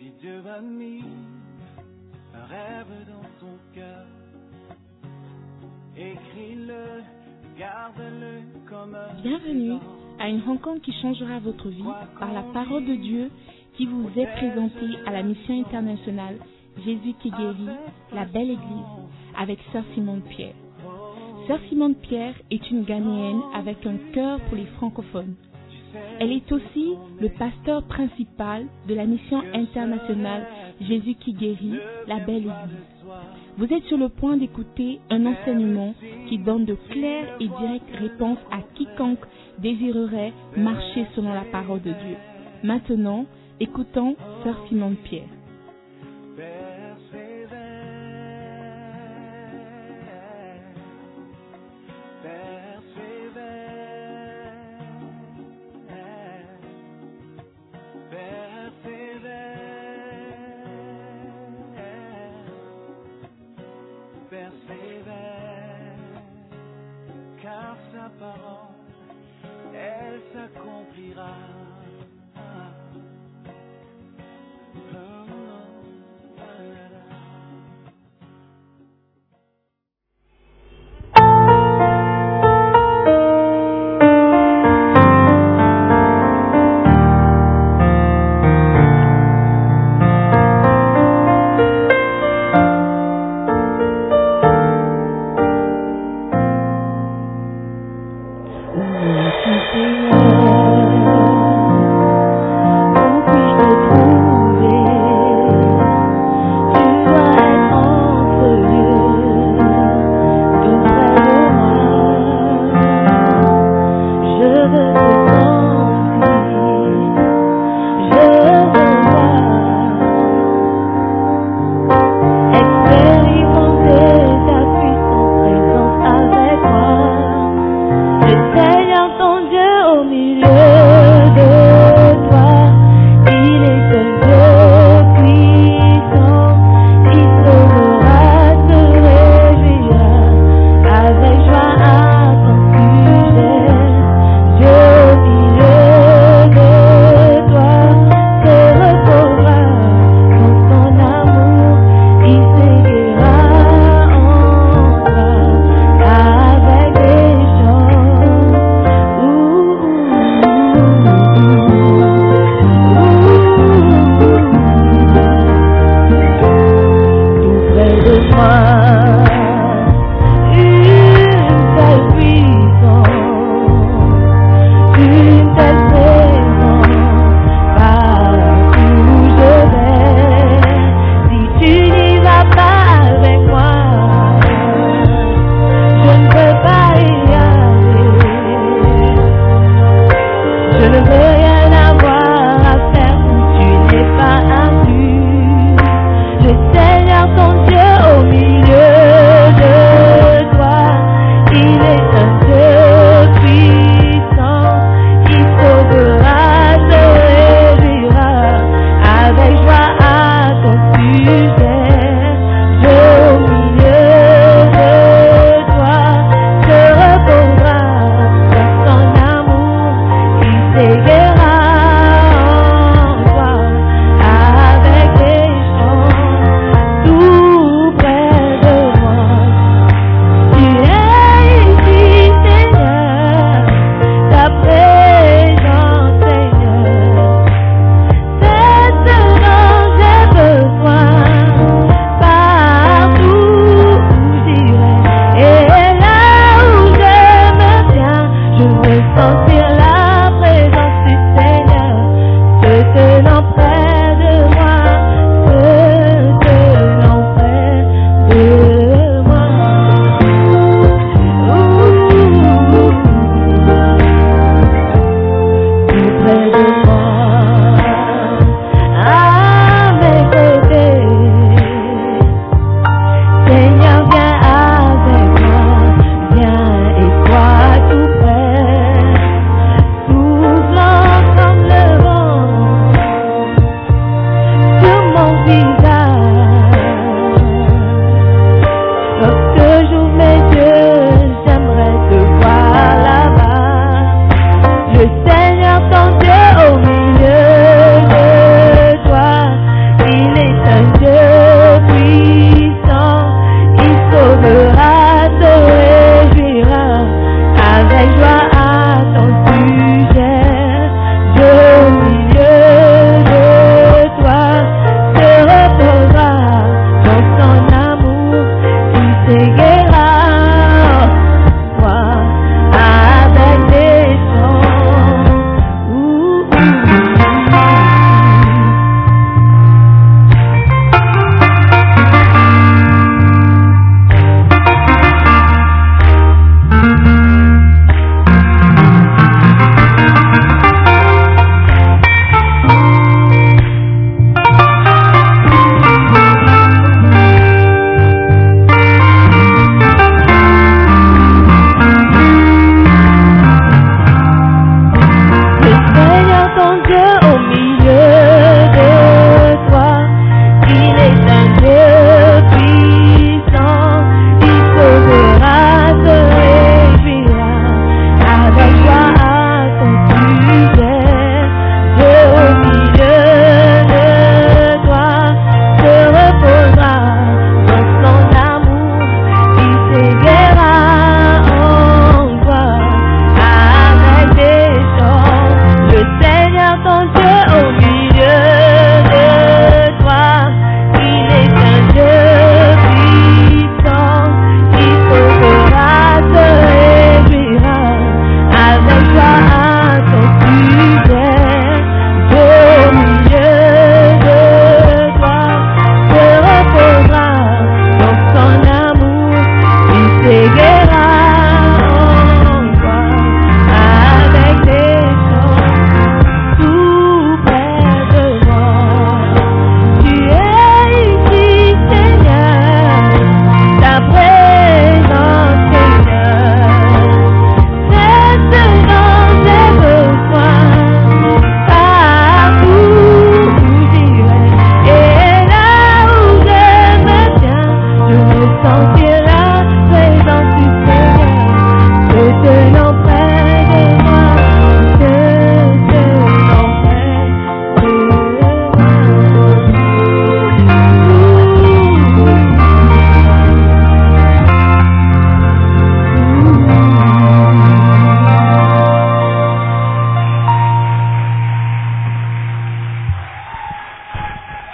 Si Dieu a mis un rêve dans ton cœur, écris-le, garde-le comme un Bienvenue à une rencontre qui changera votre vie par la parole de Dieu qui vous est présentée à la mission internationale Jésus qui guérit, la belle église, avec Sœur Simone Pierre. Sœur Simone Pierre est une Ghanéenne avec un cœur pour les francophones. Elle est aussi le pasteur principal de la mission internationale Jésus qui guérit, la belle église. Vous êtes sur le point d'écouter un enseignement qui donne de claires et directes réponses à quiconque désirerait marcher selon la parole de Dieu. Maintenant, écoutons Sœur Simone Pierre. Car sa parole, elle s'accomplira.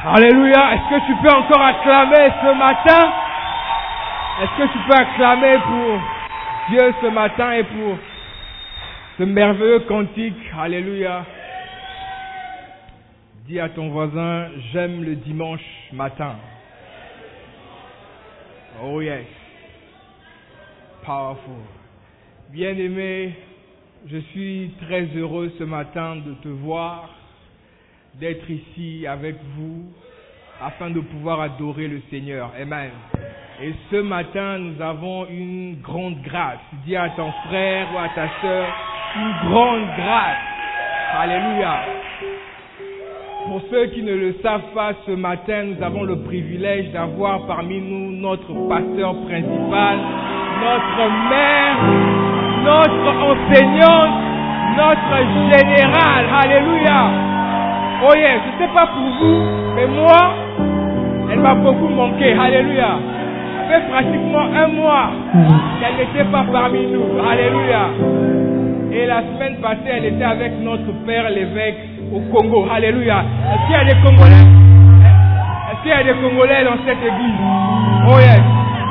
Alléluia. Est-ce que tu peux encore acclamer ce matin? Est-ce que tu peux acclamer pour Dieu ce matin et pour ce merveilleux cantique? Alléluia. Dis à ton voisin, j'aime le dimanche matin. Oh yes. Powerful. Bien-aimé, je suis très heureux ce matin de te voir, d'être ici avec vous, afin de pouvoir adorer le Seigneur. Amen. Et ce matin, nous avons une grande grâce. Dis à ton frère ou à ta sœur, une grande grâce. Alléluia. Pour ceux qui ne le savent pas, ce matin, nous avons le privilège d'avoir parmi nous notre pasteur principal, notre mère, notre enseignante, notre général. Alléluia. Oh yeah, je ne sais pas pour vous, mais moi, elle m'a beaucoup manqué. Alléluia. Ça fait pratiquement 1 mois qu'elle n'était pas parmi nous. Alléluia. Et la semaine passée, elle était avec notre père l'évêque au Congo. Alléluia. Est-ce qu'il y a des Congolais? Est-ce qu'il y a des Congolais dans cette église? Oh yes.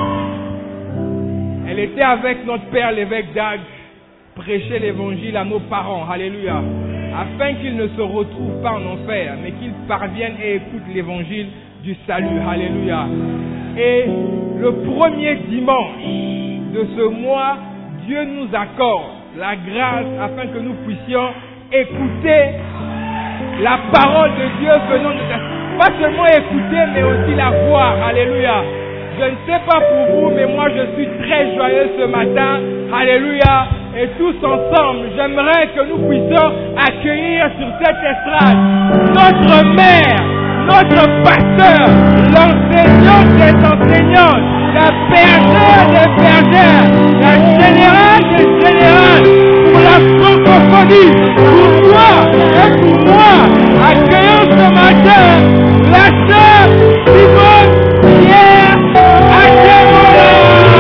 Elle était avec notre père l'évêque Dag, prêcher l'évangile à nos parents. Alléluia. Afin qu'ils ne se retrouvent pas en enfer, mais qu'ils parviennent et écoutent l'évangile du salut. Alléluia. Et le premier dimanche de ce mois, Dieu nous accorde la grâce afin que nous puissions écouter la parole de Dieu venant de terre. Pas seulement écouter, mais aussi la voir. Alléluia. Je ne sais pas pour vous, mais moi je suis très joyeux ce matin. Alléluia. Et tous ensemble, j'aimerais que nous puissions accueillir sur cette estrade notre mère, notre pasteur, l'enseignant des enseignantes, la bergère des bergères, la générale des générales, pour la francophonie, pour toi et pour moi. Accueillons ce matin la sœur Simone Pierre Ademola.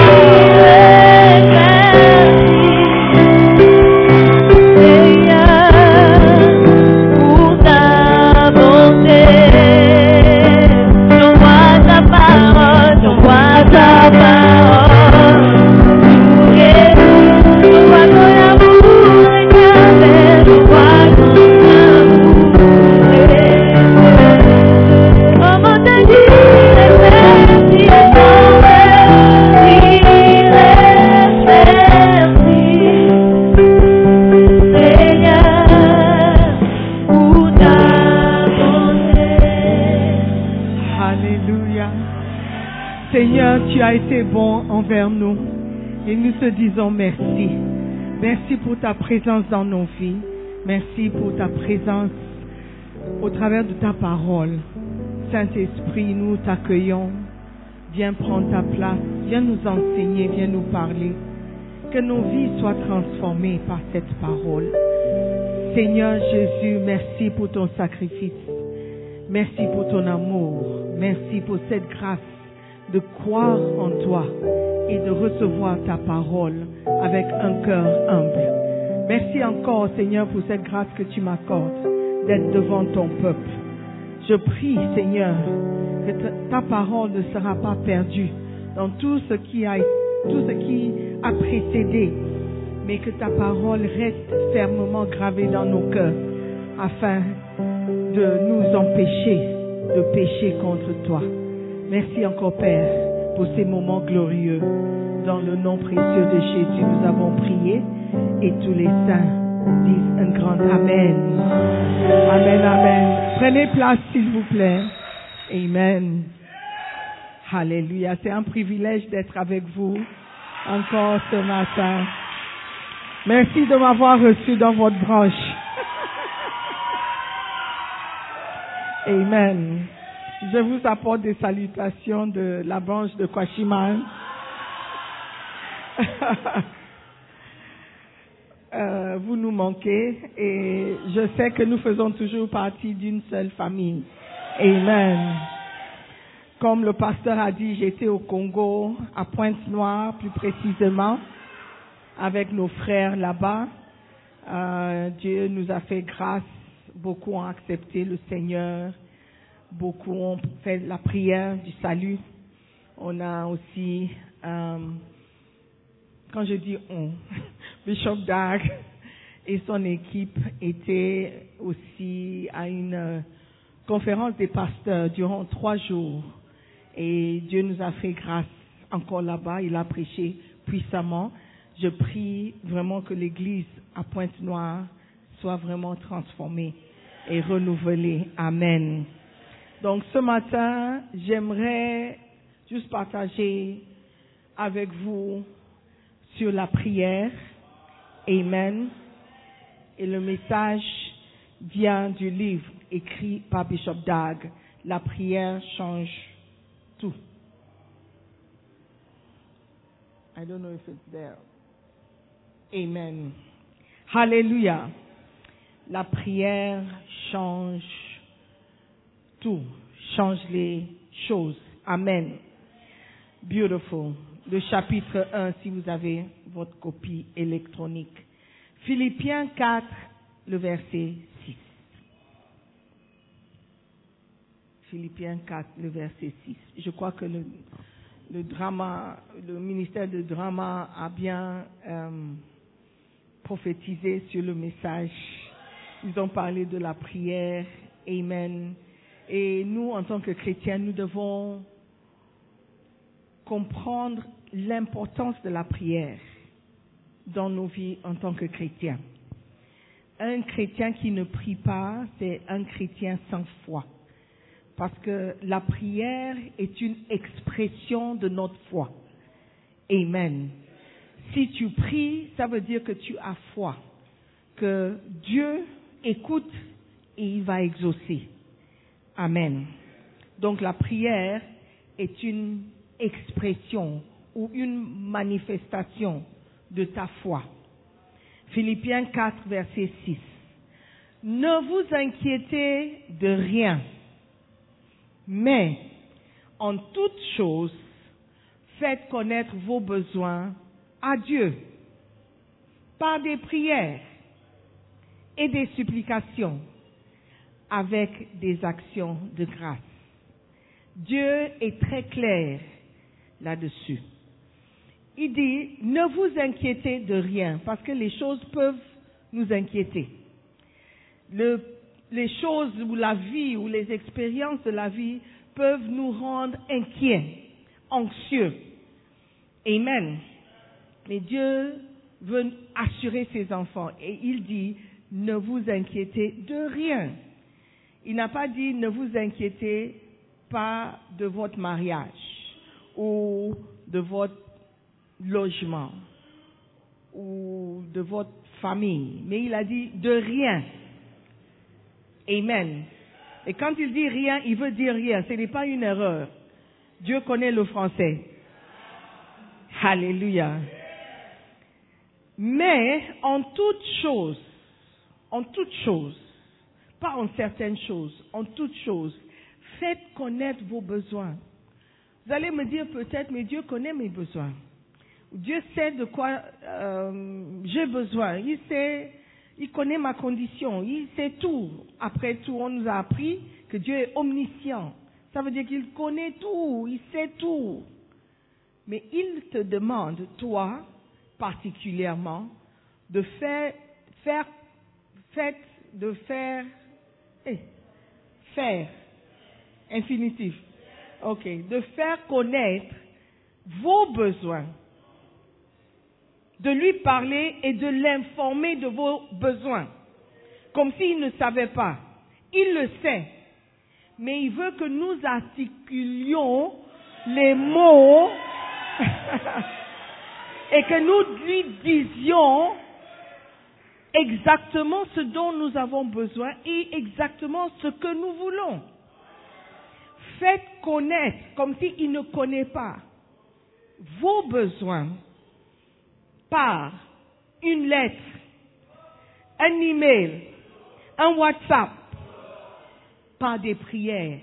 Tu as été bon envers nous et nous te disons merci. Merci pour ta présence dans nos vies. Merci pour ta présence au travers de ta parole. Saint-Esprit, nous t'accueillons. Viens prendre ta place. Viens nous enseigner. Viens nous parler. Que nos vies soient transformées par cette parole. Seigneur Jésus, merci pour ton sacrifice. Merci pour ton amour. Merci pour cette grâce de croire en toi et de recevoir ta parole avec un cœur humble. Merci encore, Seigneur, pour cette grâce que tu m'accordes d'être devant ton peuple. Je prie, Seigneur, que ta parole ne sera pas perdue dans tout ce qui a précédé, mais que ta parole reste fermement gravée dans nos cœurs afin de nous empêcher de pécher contre toi. Merci encore, Père, pour ces moments glorieux. Dans le nom précieux de Jésus, nous avons prié et tous les saints disent un grand Amen. Amen, Amen. Prenez place, s'il vous plaît. Amen. Alléluia. C'est un privilège d'être avec vous encore ce matin. Merci de m'avoir reçu dans votre branche. Amen. Je vous apporte des salutations de la branche de Kwashiman. Vous nous manquez et je sais que nous faisons toujours partie d'une seule famille. Amen. Comme le pasteur a dit, j'étais au Congo, à Pointe-Noire plus précisément, avec nos frères là-bas. Dieu nous a fait grâce, beaucoup ont accepté le Seigneur. beaucoup ont fait la prière du salut. On a aussi, quand je dis on, Bishop Dag et son équipe étaient aussi à une conférence des pasteurs durant 3 jours. Et Dieu nous a fait grâce encore là-bas. Il a prêché puissamment. Je prie vraiment que l'église à Pointe-Noire soit vraiment transformée et renouvelée. Amen. Donc ce matin, j'aimerais juste partager avec vous sur la prière. Amen. Et le message vient du livre écrit par Bishop Dag. La prière change tout. I don't know if it's there. Amen. Hallelujah. La prière change tout. Change les choses. Amen. Beautiful. Le chapitre 1, si vous avez votre copie électronique. Philippiens 4, le verset 6. Philippiens 4, le verset 6. Je crois que le ministère de drama a bien prophétisé sur le message. Ils ont parlé de la prière. Amen. Et nous, en tant que chrétiens, nous devons comprendre l'importance de la prière dans nos vies en tant que chrétiens. Un chrétien qui ne prie pas, c'est un chrétien sans foi. Parce que la prière est une expression de notre foi. Amen. Si tu pries, ça veut dire que tu as foi, que Dieu écoute et il va exaucer. Amen. Donc la prière est une expression ou une manifestation de ta foi. Philippiens 4, verset 6. Ne vous inquiétez de rien, mais en toute chose, faites connaître vos besoins à Dieu par des prières et des supplications avec des actions de grâce. Dieu est très clair là-dessus. Il dit, ne vous inquiétez de rien, parce que les choses peuvent nous inquiéter. Les choses ou la vie ou les expériences de la vie peuvent nous rendre inquiets, anxieux. Amen. Mais Dieu veut assurer ses enfants et il dit, ne vous inquiétez de rien. Il n'a pas dit, ne vous inquiétez pas de votre mariage ou de votre logement ou de votre famille, mais il a dit de rien. Amen. Et quand il dit rien, il veut dire rien. Ce n'est pas une erreur. Dieu connaît le français. Alléluia. Mais en toute chose, pas en certaines choses, en toute chose, faites connaître vos besoins. Vous allez me dire peut-être, mais Dieu connaît mes besoins. Dieu sait de quoi j'ai besoin. Il connaît ma condition. Il sait tout. Après tout, on nous a appris que Dieu est omniscient. Ça veut dire qu'il connaît tout. Il sait tout. Mais il te demande, toi, particulièrement, de faire, infinitif. Ok. De faire connaître vos besoins. De lui parler et de l'informer de vos besoins. Comme s'il ne savait pas. Il le sait. Mais il veut que nous articulions les mots et que nous lui disions exactement ce dont nous avons besoin et exactement ce que nous voulons. Faites connaître, comme s'il ne connaît pas, vos besoins par une lettre, un email, un WhatsApp, par des prières.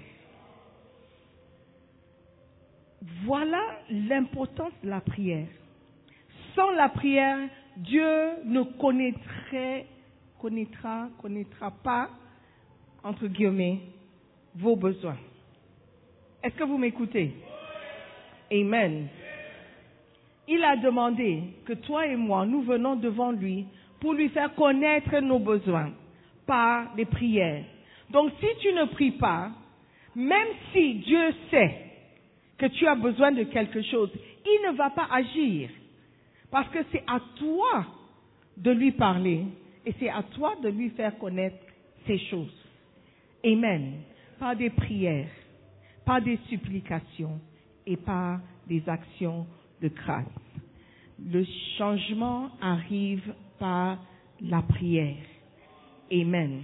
Voilà l'importance de la prière. Sans la prière, Dieu ne connaîtra pas, entre guillemets, vos besoins. Est-ce que vous m'écoutez? Amen. Il a demandé que toi et moi, nous venons devant lui pour lui faire connaître nos besoins par les prières. Donc si tu ne pries pas, même si Dieu sait que tu as besoin de quelque chose, il ne va pas agir. Parce que c'est à toi de lui parler et c'est à toi de lui faire connaître ces choses. Amen. Par des prières, par des supplications et par des actions de grâce. Le changement arrive par la prière. Amen.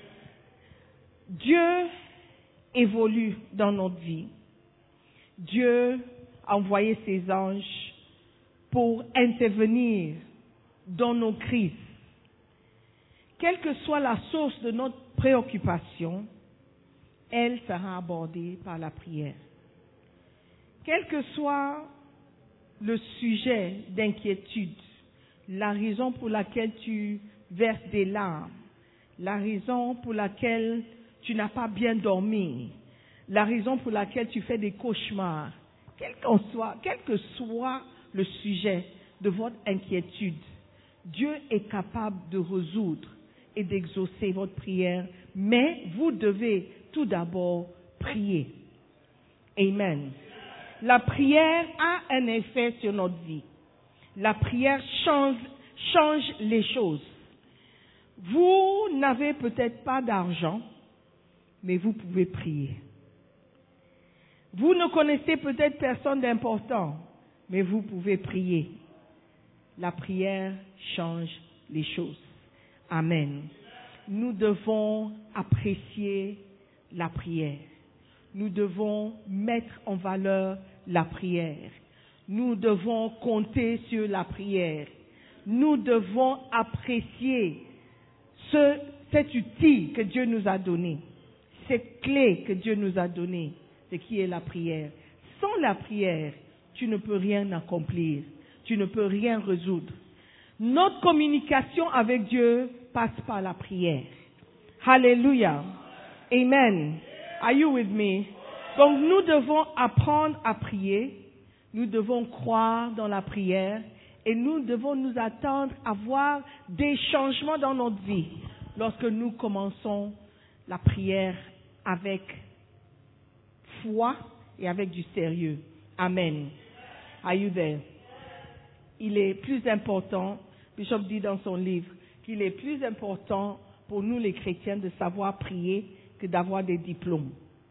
Dieu évolue dans notre vie. Dieu a envoyé ses anges pour intervenir dans nos crises. Quelle que soit la source de notre préoccupation, elle sera abordée par la prière. Quel que soit le sujet d'inquiétude, la raison pour laquelle tu verses des larmes, la raison pour laquelle tu n'as pas bien dormi, la raison pour laquelle tu fais des cauchemars, quel que soit le sujet de votre inquiétude, Dieu est capable de résoudre et d'exaucer votre prière, mais vous devez tout d'abord prier. Amen. La prière a un effet sur notre vie. La prière change les choses. Vous n'avez peut-être pas d'argent, mais vous pouvez prier. Vous ne connaissez peut-être personne d'important, mais vous pouvez prier. La prière change les choses. Amen. Nous devons apprécier la prière. Nous devons mettre en valeur la prière. Nous devons compter sur la prière. Nous devons apprécier cet outil que Dieu nous a donné, cette clé que Dieu nous a donnée, ce qui est la prière. Sans la prière, tu ne peux rien accomplir, tu ne peux rien résoudre. Notre communication avec Dieu passe par la prière. Hallelujah. Amen. Are you with me? Donc nous devons apprendre à prier, nous devons croire dans la prière et nous devons nous attendre à voir des changements dans notre vie lorsque nous commençons la prière avec foi et avec du sérieux. Amen. Are you there? Il est plus important, Bishop dit dans son livre, qu'il est plus important pour nous les chrétiens de savoir prier que d'avoir des diplômes.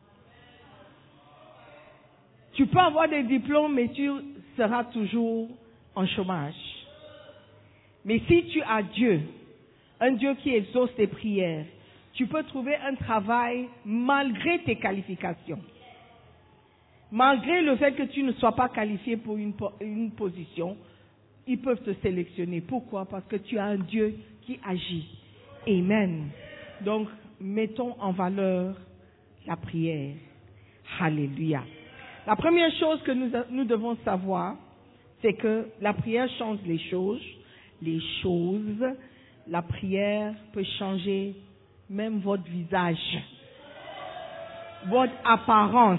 Tu peux avoir des diplômes, mais tu seras toujours en chômage. Mais si tu as Dieu, un Dieu qui exauce tes prières, tu peux trouver un travail malgré tes qualifications. Malgré le fait que tu ne sois pas qualifié pour une position, ils peuvent te sélectionner. Pourquoi? Parce que tu as un Dieu qui agit. Amen. Donc, mettons en valeur la prière. Alléluia. La première chose que nous devons savoir, c'est que la prière change les choses. La prière peut changer même votre visage, votre apparence.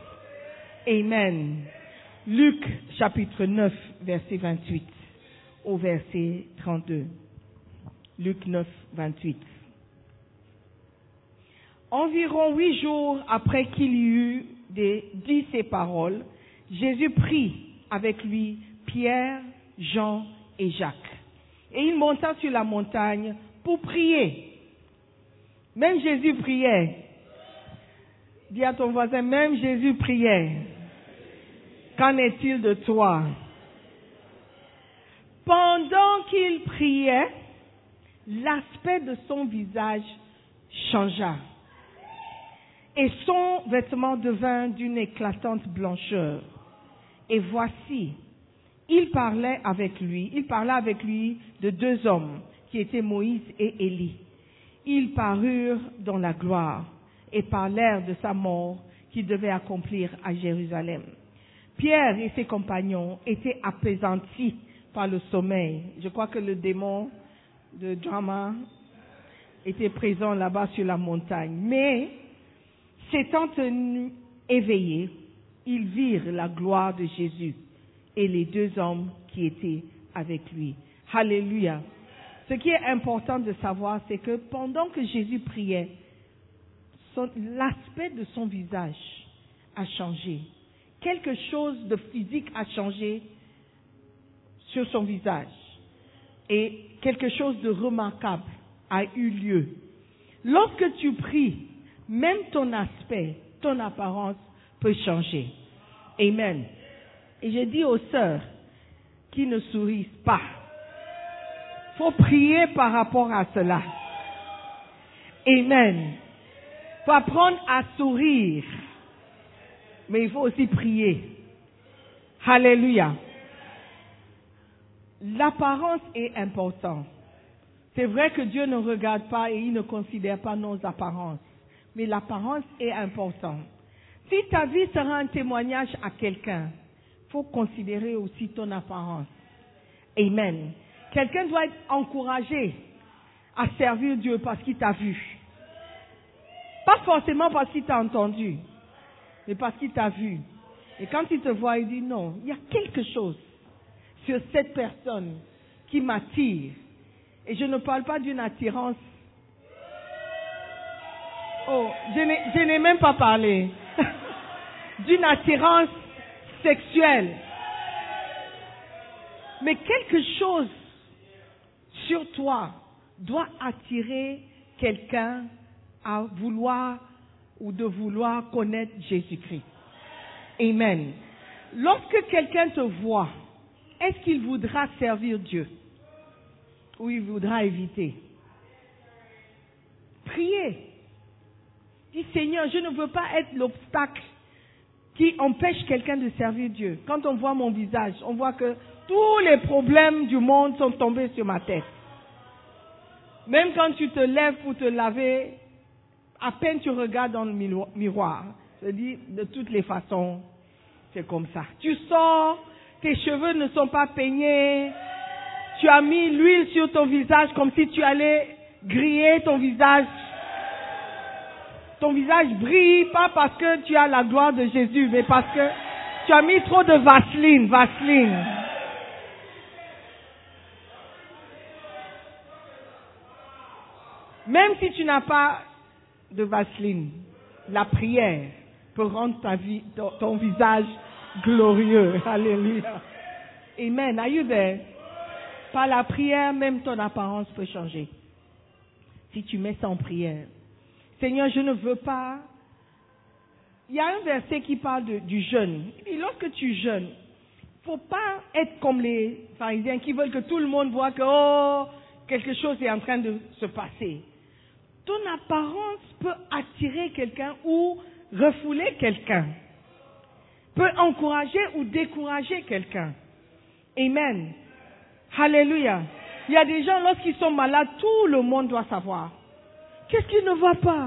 Amen. Luc chapitre 9, verset 28 au verset 32. Luc 9, 28. Environ 8 jours après qu'il y eut dit ces paroles, Jésus prit avec lui Pierre, Jean et Jacques. Et il monta sur la montagne pour prier. Même Jésus priait. Dis à ton voisin, même Jésus priait. Qu'en est-il de toi? Pendant qu'il priait, l'aspect de son visage changea. Et son vêtement devint d'une éclatante blancheur. Et voici, il parlait avec lui de 2 hommes, qui étaient Moïse et Élie. Ils parurent dans la gloire et parlèrent de sa mort qui devait accomplir à Jérusalem. Pierre et ses compagnons étaient apaisantis par le sommeil. Je crois que le démon de drama était présent là-bas sur la montagne. Mais S'étant tenus éveillés, ils virent la gloire de Jésus et les deux hommes qui étaient avec lui. Alléluia. Ce qui est important de savoir, c'est que pendant que Jésus priait, l'aspect de son visage a changé. Quelque chose de physique a changé sur son visage. Et quelque chose de remarquable a eu lieu. Lorsque tu pries, même ton aspect, ton apparence peut changer. Amen. Et je dis aux sœurs qui ne sourient pas, il faut prier par rapport à cela. Amen. Il faut apprendre à sourire, mais il faut aussi prier. Alléluia. L'apparence est importante. C'est vrai que Dieu ne regarde pas et il ne considère pas nos apparences, mais l'apparence est importante. Si ta vie sera un témoignage à quelqu'un, il faut considérer aussi ton apparence. Amen. Quelqu'un doit être encouragé à servir Dieu parce qu'il t'a vu. Pas forcément parce qu'il t'a entendu, mais parce qu'il t'a vu. Et quand il te voit, il dit non, il y a quelque chose sur cette personne qui m'attire. Et je ne parle pas d'une attirance. Oh, je n'ai même pas parlé. D'une attirance sexuelle. Mais quelque chose sur toi doit attirer quelqu'un à vouloir ou de vouloir connaître Jésus-Christ. Amen. Lorsque quelqu'un te voit, est-ce qu'il voudra servir Dieu ou il voudra éviter? Priez. Dis Seigneur, je ne veux pas être l'obstacle qui empêche quelqu'un de servir Dieu. Quand on voit mon visage, on voit que tous les problèmes du monde sont tombés sur ma tête. Même quand tu te lèves pour te laver, à peine tu regardes dans le miroir, je dis de toutes les façons, c'est comme ça. Tu sors, tes cheveux ne sont pas peignés, tu as mis l'huile sur ton visage comme si tu allais griller ton visage. Ton visage brille pas parce que tu as la gloire de Jésus, mais parce que tu as mis trop de vaseline. Même si tu n'as pas de vaseline, la prière peut rendre ton visage glorieux. Alléluia. Amen. Are you there? Par la prière, même ton apparence peut changer. Si tu mets ça en prière. Seigneur, je ne veux pas... Il y a un verset qui parle du jeûne. Et lorsque tu jeûnes, il ne faut pas être comme les pharisiens qui veulent que tout le monde voit que quelque chose est en train de se passer. Ton apparence peut attirer quelqu'un ou refouler quelqu'un. Peut encourager ou décourager quelqu'un. Amen. Alléluia. Il y a des gens, lorsqu'ils sont malades, tout le monde doit savoir. Qu'est-ce qu'ils ne voient pas?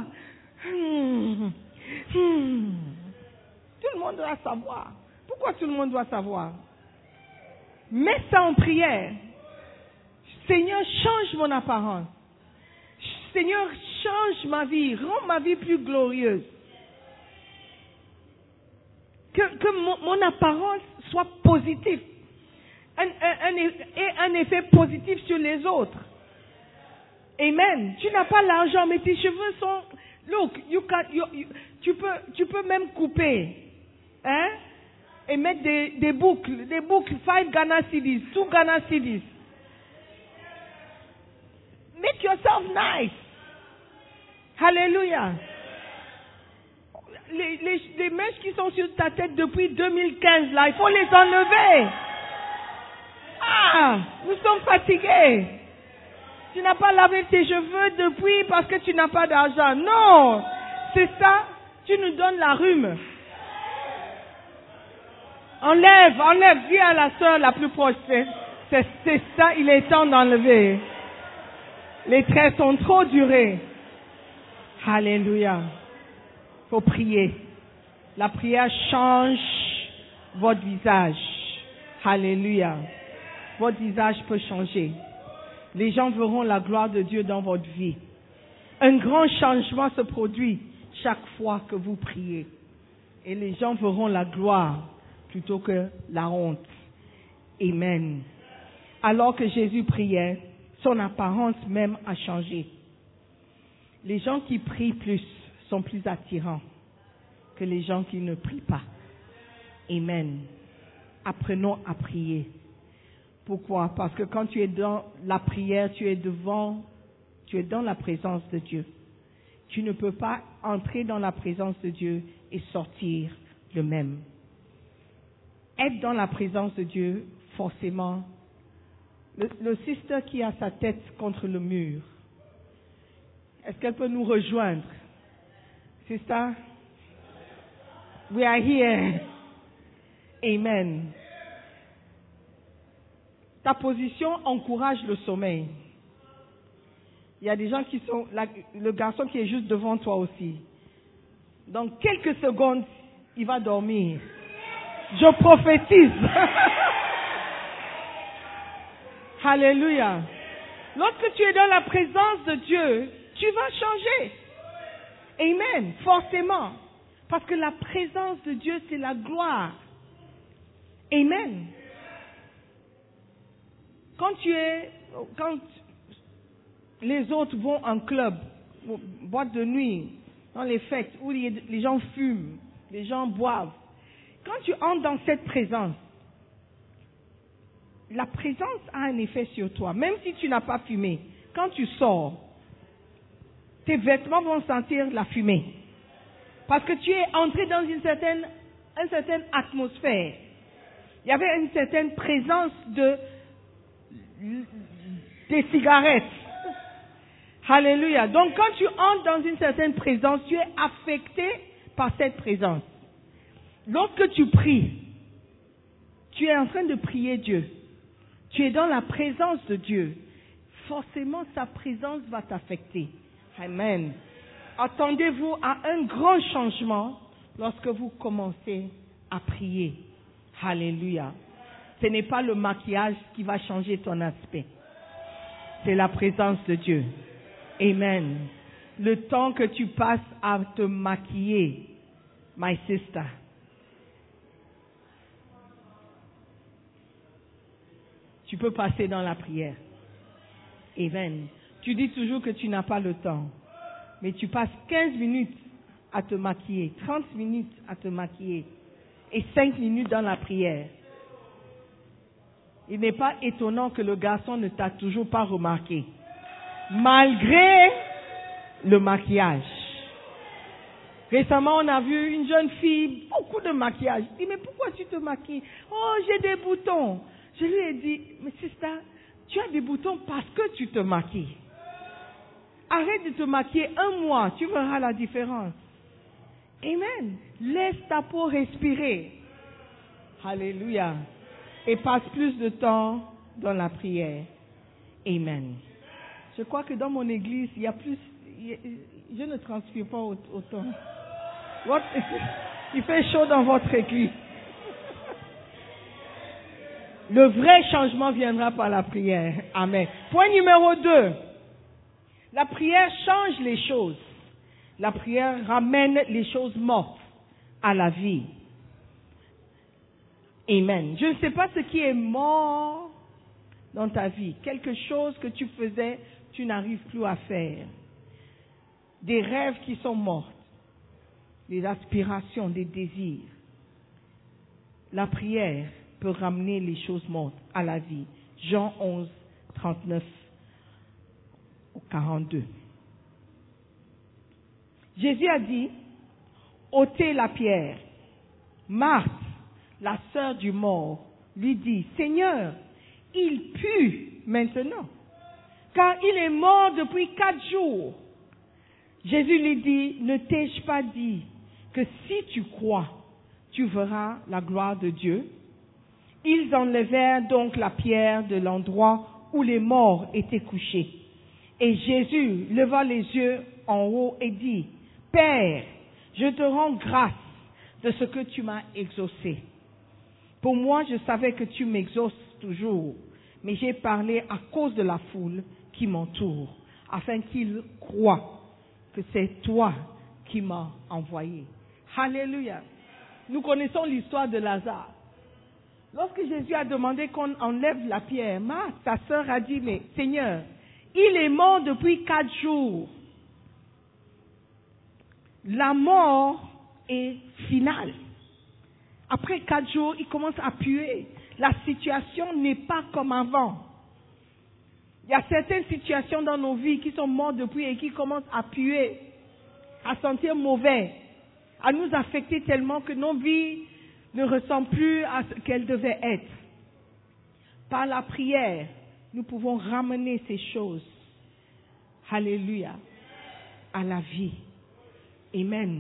Tout le monde doit savoir. Pourquoi tout le monde doit savoir? Mets ça en prière. Seigneur, change mon apparence. Seigneur, change ma vie. Rends ma vie plus glorieuse. Que mon apparence soit positive. Un effet positif sur les autres. Amen. Tu n'as pas l'argent, mais tes cheveux sont... Look, tu peux même couper. Hein? Et mettre des boucles. 5 Ghana cedis, 2 Ghana cedis. Make yourself nice. Hallelujah. Les mèches qui sont sur ta tête depuis 2015, là, il faut les enlever. Ah, nous sommes fatigués. Tu n'as pas lavé tes cheveux depuis parce que tu n'as pas d'argent. Non, c'est ça, tu nous donnes la rhume. Enlève, dis à la sœur la plus proche, c'est ça, il est temps d'enlever. Les traits sont trop durés. Alléluia. Il faut prier. La prière change votre visage. Alléluia. Votre visage peut changer. Les gens verront la gloire de Dieu dans votre vie. Un grand changement se produit chaque fois que vous priez. Et les gens verront la gloire plutôt que la honte. Amen. Alors que Jésus priait, son apparence même a changé. Les gens qui prient plus sont plus attirants que les gens qui ne prient pas. Amen. Apprenons à prier. Pourquoi? Parce que quand tu es dans la prière, tu es dans la présence de Dieu. Tu ne peux pas entrer dans la présence de Dieu et sortir le même. Être dans la présence de Dieu, forcément. Le sister qui a sa tête contre le mur, est-ce qu'elle peut nous rejoindre? Sister? We are here. Amen. Ta position encourage le sommeil. Il y a des gens qui sont, le garçon qui est juste devant toi aussi. Dans quelques secondes, il va dormir. Je prophétise. Alléluia. Lorsque tu es dans la présence de Dieu, tu vas changer. Amen. Forcément. Parce que la présence de Dieu, c'est la gloire. Amen. Quand les autres vont en club, boîte de nuit, dans les fêtes, où les gens fument, les gens boivent, quand tu entres dans cette présence, la présence a un effet sur toi. Même si tu n'as pas fumé, quand tu sors, tes vêtements vont sentir la fumée. Parce que tu es entré dans une certaine atmosphère. Il y avait une certaine présence des cigarettes. Alléluia. Donc quand tu entres dans une certaine présence, tu es affecté par cette présence. Lorsque tu pries, tu es en train de prier Dieu. Tu es dans la présence de Dieu. Forcément, sa présence va t'affecter. Amen. Attendez-vous à un grand changement lorsque vous commencez à prier. Alléluia. Ce n'est pas le maquillage qui va changer ton aspect. C'est la présence de Dieu. Amen. Le temps que tu passes à te maquiller, my sister. Tu peux passer dans la prière. Amen. Tu dis toujours que tu n'as pas le temps. Mais tu passes 15 minutes à te maquiller, 30 minutes à te maquiller et 5 minutes dans la prière. Il n'est pas étonnant que le garçon ne t'a toujours pas remarqué, malgré le maquillage. Récemment, on a vu une jeune fille, beaucoup de maquillage. Je dis, mais pourquoi tu te maquilles? Oh, j'ai des boutons. Je lui ai dit, mais sister, tu as des boutons parce que tu te maquilles. Arrête de te maquiller un mois, tu verras la différence. Amen. Laisse ta peau respirer. Alléluia. Et passe plus de temps dans la prière. Amen. Je crois que dans mon église, il y a plus... Je ne transpire pas autant. Il fait chaud dans votre église. Le vrai changement viendra par la prière. Amen. Point numéro 2. La prière change les choses. La prière ramène les choses mortes à la vie. Amen. Je ne sais pas ce qui est mort dans ta vie. Quelque chose que tu faisais, tu n'arrives plus à faire. Des rêves qui sont morts. Des aspirations, des désirs. La prière peut ramener les choses mortes à la vie. Jean 11, 39 au 42. Jésus a dit, ôtez la pierre. Marthe, la sœur du mort, lui dit, Seigneur, il pue maintenant, car il est mort depuis 4 jours. Jésus lui dit, ne t'ai-je pas dit que si tu crois, tu verras la gloire de Dieu? Ils enlevèrent donc la pierre de l'endroit où les morts étaient couchés. Et Jésus leva les yeux en haut et dit, Père, je te rends grâce de ce que tu m'as exaucé. Pour moi, je savais que tu m'exauces toujours, mais j'ai parlé à cause de la foule qui m'entoure, afin qu'ils croient que c'est toi qui m'a envoyé. Alléluia. Nous connaissons l'histoire de Lazare. Lorsque Jésus a demandé qu'on enlève la pierre, sa sœur a dit, mais Seigneur, il est mort depuis 4 jours. La mort est finale. Après 4 jours, il commence à puer. La situation n'est pas comme avant. Il y a certaines situations dans nos vies qui sont mortes depuis et qui commencent à puer, à sentir mauvais, à nous affecter tellement que nos vies ne ressemblent plus à ce qu'elles devaient être. Par la prière, nous pouvons ramener ces choses, alléluia, à la vie. Amen.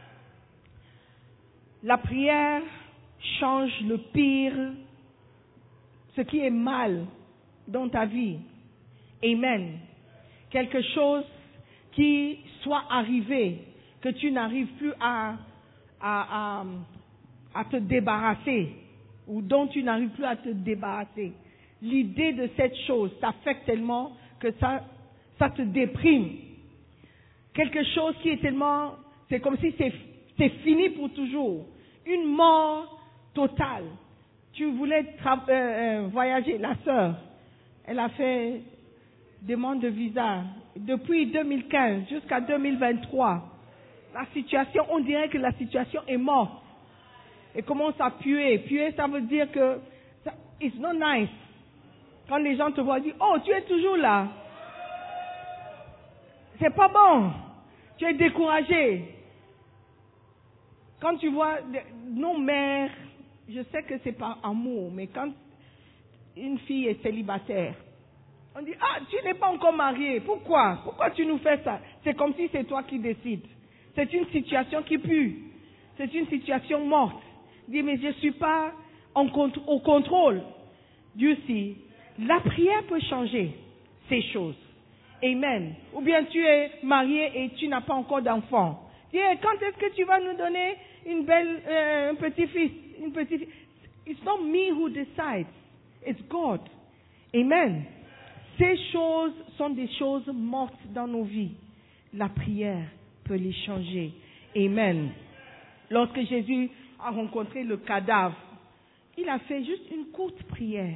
La prière change le pire, ce qui est mal dans ta vie. Amen. Quelque chose qui soit arrivé, que tu n'arrives plus à te débarrasser, ou dont tu n'arrives plus à te débarrasser. L'idée de cette chose t'affecte tellement que ça te déprime. Quelque chose qui est tellement, c'est comme si c'est fini pour toujours. Une mort totale. Tu voulais voyager, la sœur, elle a fait demande de visa. Depuis 2015 jusqu'à 2023, la situation, on dirait que la situation est morte. Et commence à puer. Puer, ça veut dire que it's not nice. Quand les gens te voient dire, oh, tu es toujours là. C'est pas bon. Tu es découragé. Quand tu vois nos mères, je sais que c'est par amour, mais quand une fille est célibataire, on dit, ah, tu n'es pas encore mariée. Pourquoi? Pourquoi tu nous fais ça? C'est comme si c'est toi qui décides. C'est une situation qui pue. C'est une situation morte. Dis, mais je ne suis pas au contrôle. Dieu sait, la prière peut changer ces choses. Amen. Ou bien tu es marié et tu n'as pas encore d'enfant. Dis, quand est-ce que tu vas nous donner un petit-fils, une petite-fille? It's not me who decides. It's God. Amen. Ces choses sont des choses mortes dans nos vies. La prière peut les changer. Amen. Lorsque Jésus a rencontré le cadavre, il a fait juste une courte prière.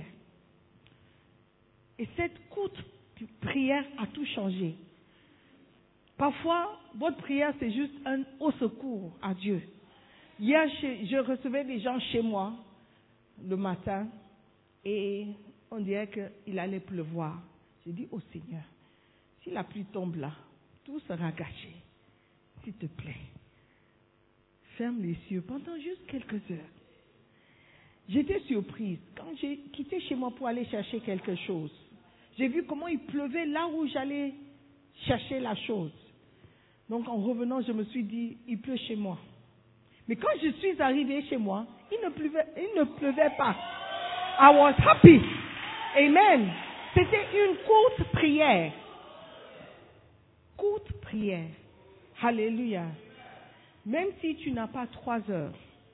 Et cette courte prière a tout changé. Parfois, votre prière, c'est juste un au secours à Dieu. Hier, je recevais des gens chez moi le matin et on dirait qu'il allait pleuvoir. J'ai dit au Seigneur, si la pluie tombe là, tout sera gâché. S'il te plaît, ferme les yeux pendant juste quelques heures. J'étais surprise. Quand j'ai quitté chez moi pour aller chercher quelque chose, j'ai vu comment il pleuvait là où j'allais chercher la chose. Donc en revenant, je me suis dit, il pleut chez moi. Mais quand je suis arrivée chez moi, il ne pleuvait pas. I was happy. Amen. C'était une courte prière. Courte prière. Alléluia. Même si tu n'as pas 3 heures,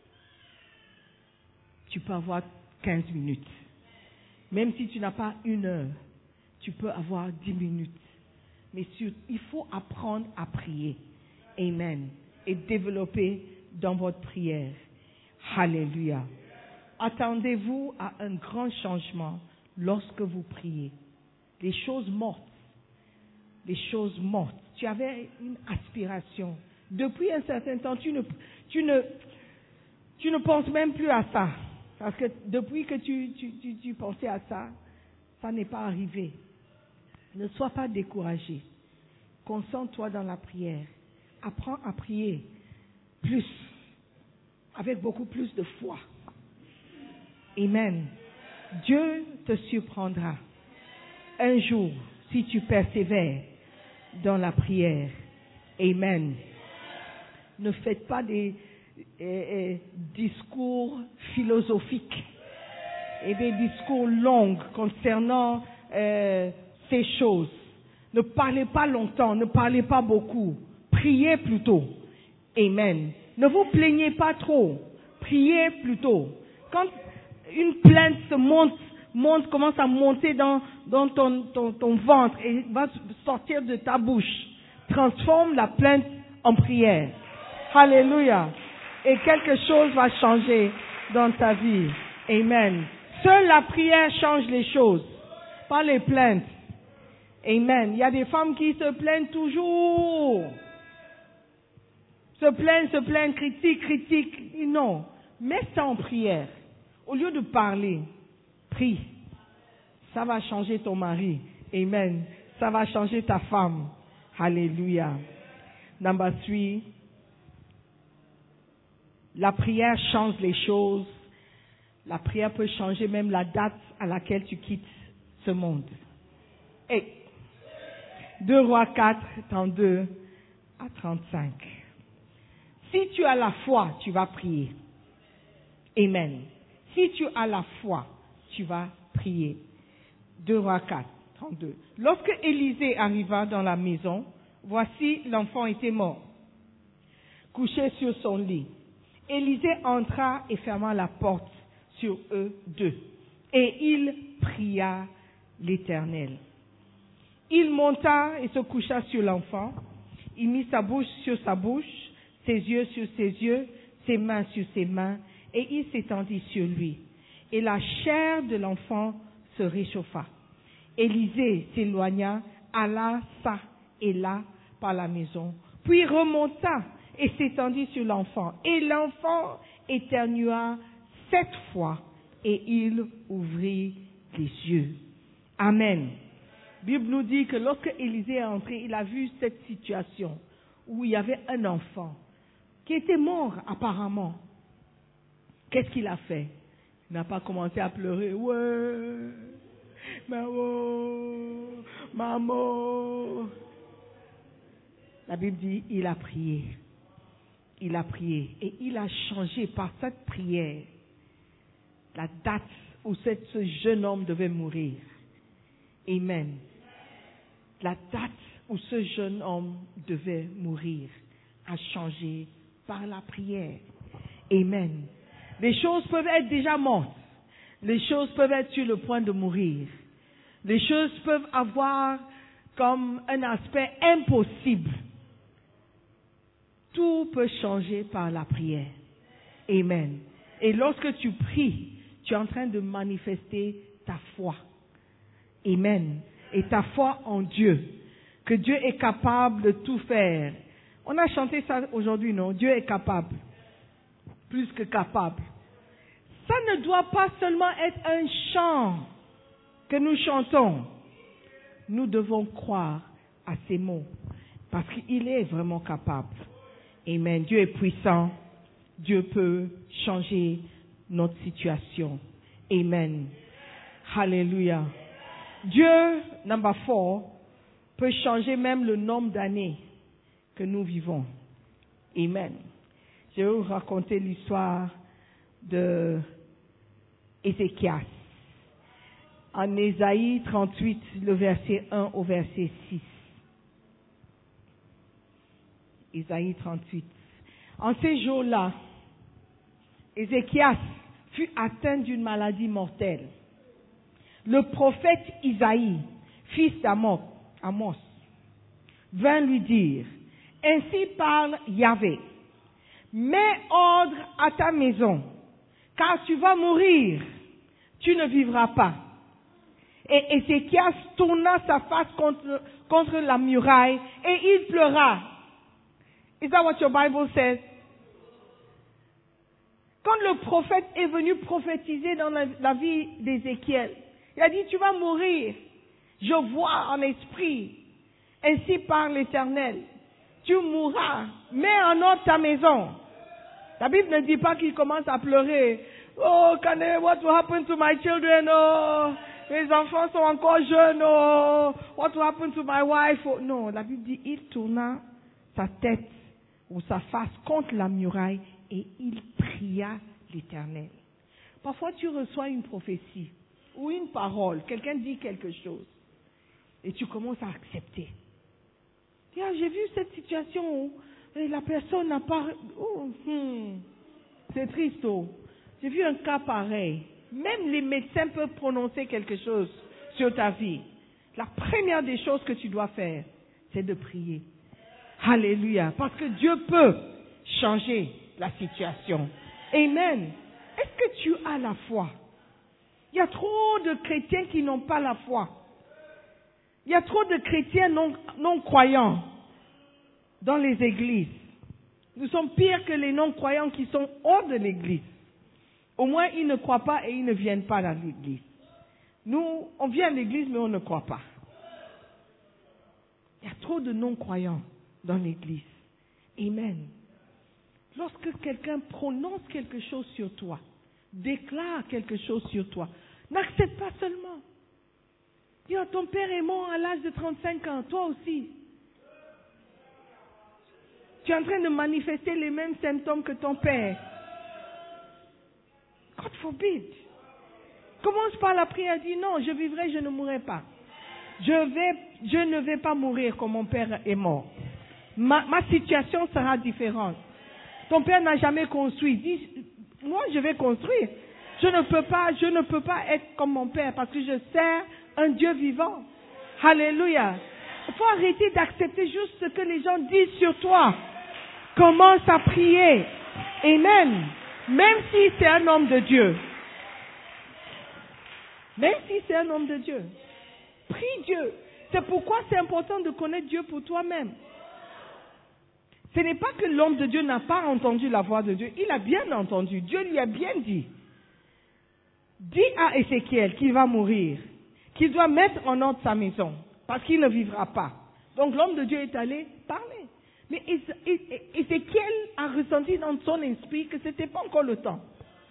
tu peux avoir 15 minutes. Même si tu n'as pas 1 heure, tu peux avoir 10 minutes. Mais il faut apprendre à prier. Amen. Et développer dans votre prière. Alléluia. Attendez-vous à un grand changement lorsque vous priez. Les choses mortes. Les choses mortes. Tu avais une aspiration. Depuis un certain temps, tu ne penses même plus à ça. Parce que depuis que tu pensais à ça, ça n'est pas arrivé. Ne sois pas découragé. Concentre-toi dans la prière. Apprends à prier plus, avec beaucoup plus de foi. Amen. Dieu te surprendra un jour si tu persévères dans la prière. Amen. Ne faites pas des discours philosophiques et des discours longs concernant ces choses. Ne parlez pas longtemps, ne parlez pas beaucoup. Priez plutôt. Amen. Ne vous plaignez pas trop. Priez plutôt. Quand une plainte commence à monter dans ton ventre et va sortir de ta bouche, transforme la plainte en prière. Alléluia. Et quelque chose va changer dans ta vie. Amen. Seule la prière change les choses, pas les plaintes. Amen. Il y a des femmes qui se plaignent toujours. Se plaignent, critiquent. Non. Mets ça en prière. Au lieu de parler, prie. Ça va changer ton mari. Amen. Ça va changer ta femme. Alléluia. Number 3. La prière change les choses. La prière peut changer même la date à laquelle tu quittes ce monde. Et 2 Rois 4, 32 à 35. Si tu as la foi, tu vas prier. Amen. Si tu as la foi, tu vas prier. 2 Rois 4, 32. Lorsque Élisée arriva dans la maison, voici l'enfant était mort, couché sur son lit. Élisée entra et ferma la porte sur eux deux. Et il pria l'Éternel. Il monta et se coucha sur l'enfant. Il mit sa bouche sur sa bouche, ses yeux sur ses yeux, ses mains sur ses mains, et il s'étendit sur lui. Et la chair de l'enfant se réchauffa. Élisée s'éloigna, alla ça et là par la maison, puis remonta et s'étendit sur l'enfant. Et l'enfant éternua 7 fois, et il ouvrit les yeux. Amen. La Bible nous dit que lorsque Élisée est entré, il a vu cette situation où il y avait un enfant qui était mort apparemment. Qu'est-ce qu'il a fait? Il n'a pas commencé à pleurer. Ouais, maman. La Bible dit, il a prié. Il a prié et il a changé par cette prière la date où ce jeune homme devait mourir. Amen. La date où ce jeune homme devait mourir a changé par la prière. Amen. Les choses peuvent être déjà mortes. Les choses peuvent être sur le point de mourir. Les choses peuvent avoir comme un aspect impossible. Tout peut changer par la prière. Amen. Et lorsque tu pries, tu es en train de manifester ta foi. Amen. Et ta foi en Dieu. Que Dieu est capable de tout faire. On a chanté ça aujourd'hui, non? Dieu est capable. Plus que capable. Ça ne doit pas seulement être un chant que nous chantons. Nous devons croire à ces mots. Parce qu'il est vraiment capable. Amen. Dieu est puissant. Dieu peut changer notre situation. Amen. Hallelujah. Dieu, number 4, peut changer même le nombre d'années que nous vivons. Amen. Je vais vous raconter l'histoire de Ézéchias. En Ésaïe 38, le verset 1 au verset 6. Ésaïe 38. En ces jours-là, Ézéchias fut atteint d'une maladie mortelle. Le prophète Isaïe, fils d'Amos, vint lui dire, « Ainsi parle Yahvé, mets ordre à ta maison, car tu vas mourir, tu ne vivras pas. » Et Ézéchias tourna sa face contre la muraille et il pleura. Is that what your Bible says? Quand le prophète est venu prophétiser dans la vie d'Ézéchiel, il a dit, tu vas mourir. Je vois en esprit. Ainsi parle l'Éternel. Tu mourras. Mets en ordre ta maison. La Bible ne dit pas qu'il commence à pleurer. Oh, what will happen to my children? Oh, mes enfants sont encore jeunes. Oh, what will happen to my wife? Oh, non, la Bible dit, il tourna sa tête ou sa face contre la muraille et il pria l'Éternel. Parfois, tu reçois une prophétie ou une parole, quelqu'un dit quelque chose et tu commences à accepter. J'ai vu cette situation où la personne n'a pas... c'est triste. J'ai vu un cas pareil. Même les médecins peuvent prononcer quelque chose sur ta vie. La première des choses que tu dois faire, c'est de prier. Alléluia. Parce que Dieu peut changer la situation. Amen. Est-ce que tu as la foi? Il y a trop de chrétiens qui n'ont pas la foi. Il y a trop de chrétiens non croyants dans les églises. Nous sommes pires que les non-croyants qui sont hors de l'église. Au moins, ils ne croient pas et ils ne viennent pas dans l'église. Nous, on vient à l'église, mais on ne croit pas. Il y a trop de non-croyants dans l'église. Amen. Lorsque quelqu'un prononce quelque chose sur toi, déclare quelque chose sur toi, n'accepte pas seulement. Dis, ton père est mort à l'âge de 35 ans, toi aussi. Tu es en train de manifester les mêmes symptômes que ton père. God forbid. Commence par la prière, dis non, je vivrai, je ne mourrai pas. Je ne vais pas mourir comme mon père est mort. Ma situation sera différente. Ton père n'a jamais construit. Dis, moi je vais construire. Je ne peux pas être comme mon père parce que je sers un Dieu vivant. Alléluia. Il faut arrêter d'accepter juste ce que les gens disent sur toi. Commence à prier. Amen. Même si c'est un homme de Dieu. Même si c'est un homme de Dieu. Prie Dieu. C'est pourquoi c'est important de connaître Dieu pour toi-même. Ce n'est pas que l'homme de Dieu n'a pas entendu la voix de Dieu. Il a bien entendu. Dieu lui a bien dit. Dis à Ézéchiel qu'il va mourir, qu'il doit mettre en ordre sa maison, parce qu'il ne vivra pas. Donc l'homme de Dieu est allé parler. Mais Ézéchiel a ressenti dans son esprit que ce n'était pas encore le temps.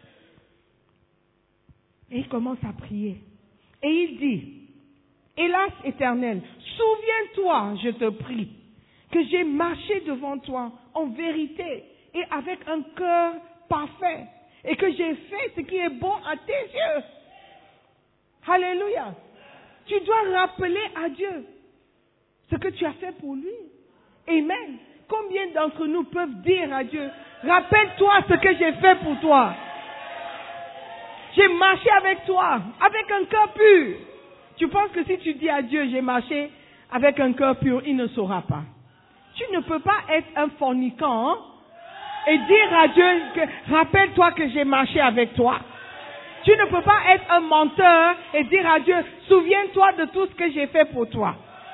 Et il commence à prier. Et il dit, hélas Éternel, souviens-toi, je te prie, que j'ai marché devant toi en vérité et avec un cœur parfait et que j'ai fait ce qui est bon à tes yeux. Alléluia. Tu dois rappeler à Dieu ce que tu as fait pour lui. Amen. Combien d'entre nous peuvent dire à Dieu, rappelle-toi ce que j'ai fait pour toi. J'ai marché avec toi, avec un cœur pur. Tu penses que si tu dis à Dieu, j'ai marché avec un cœur pur, il ne saura pas. Tu ne peux pas être un fornicant et dire à Dieu, rappelle-toi que j'ai marché avec toi. Tu ne peux pas être un menteur et dire à Dieu, souviens-toi de tout ce que j'ai fait pour toi.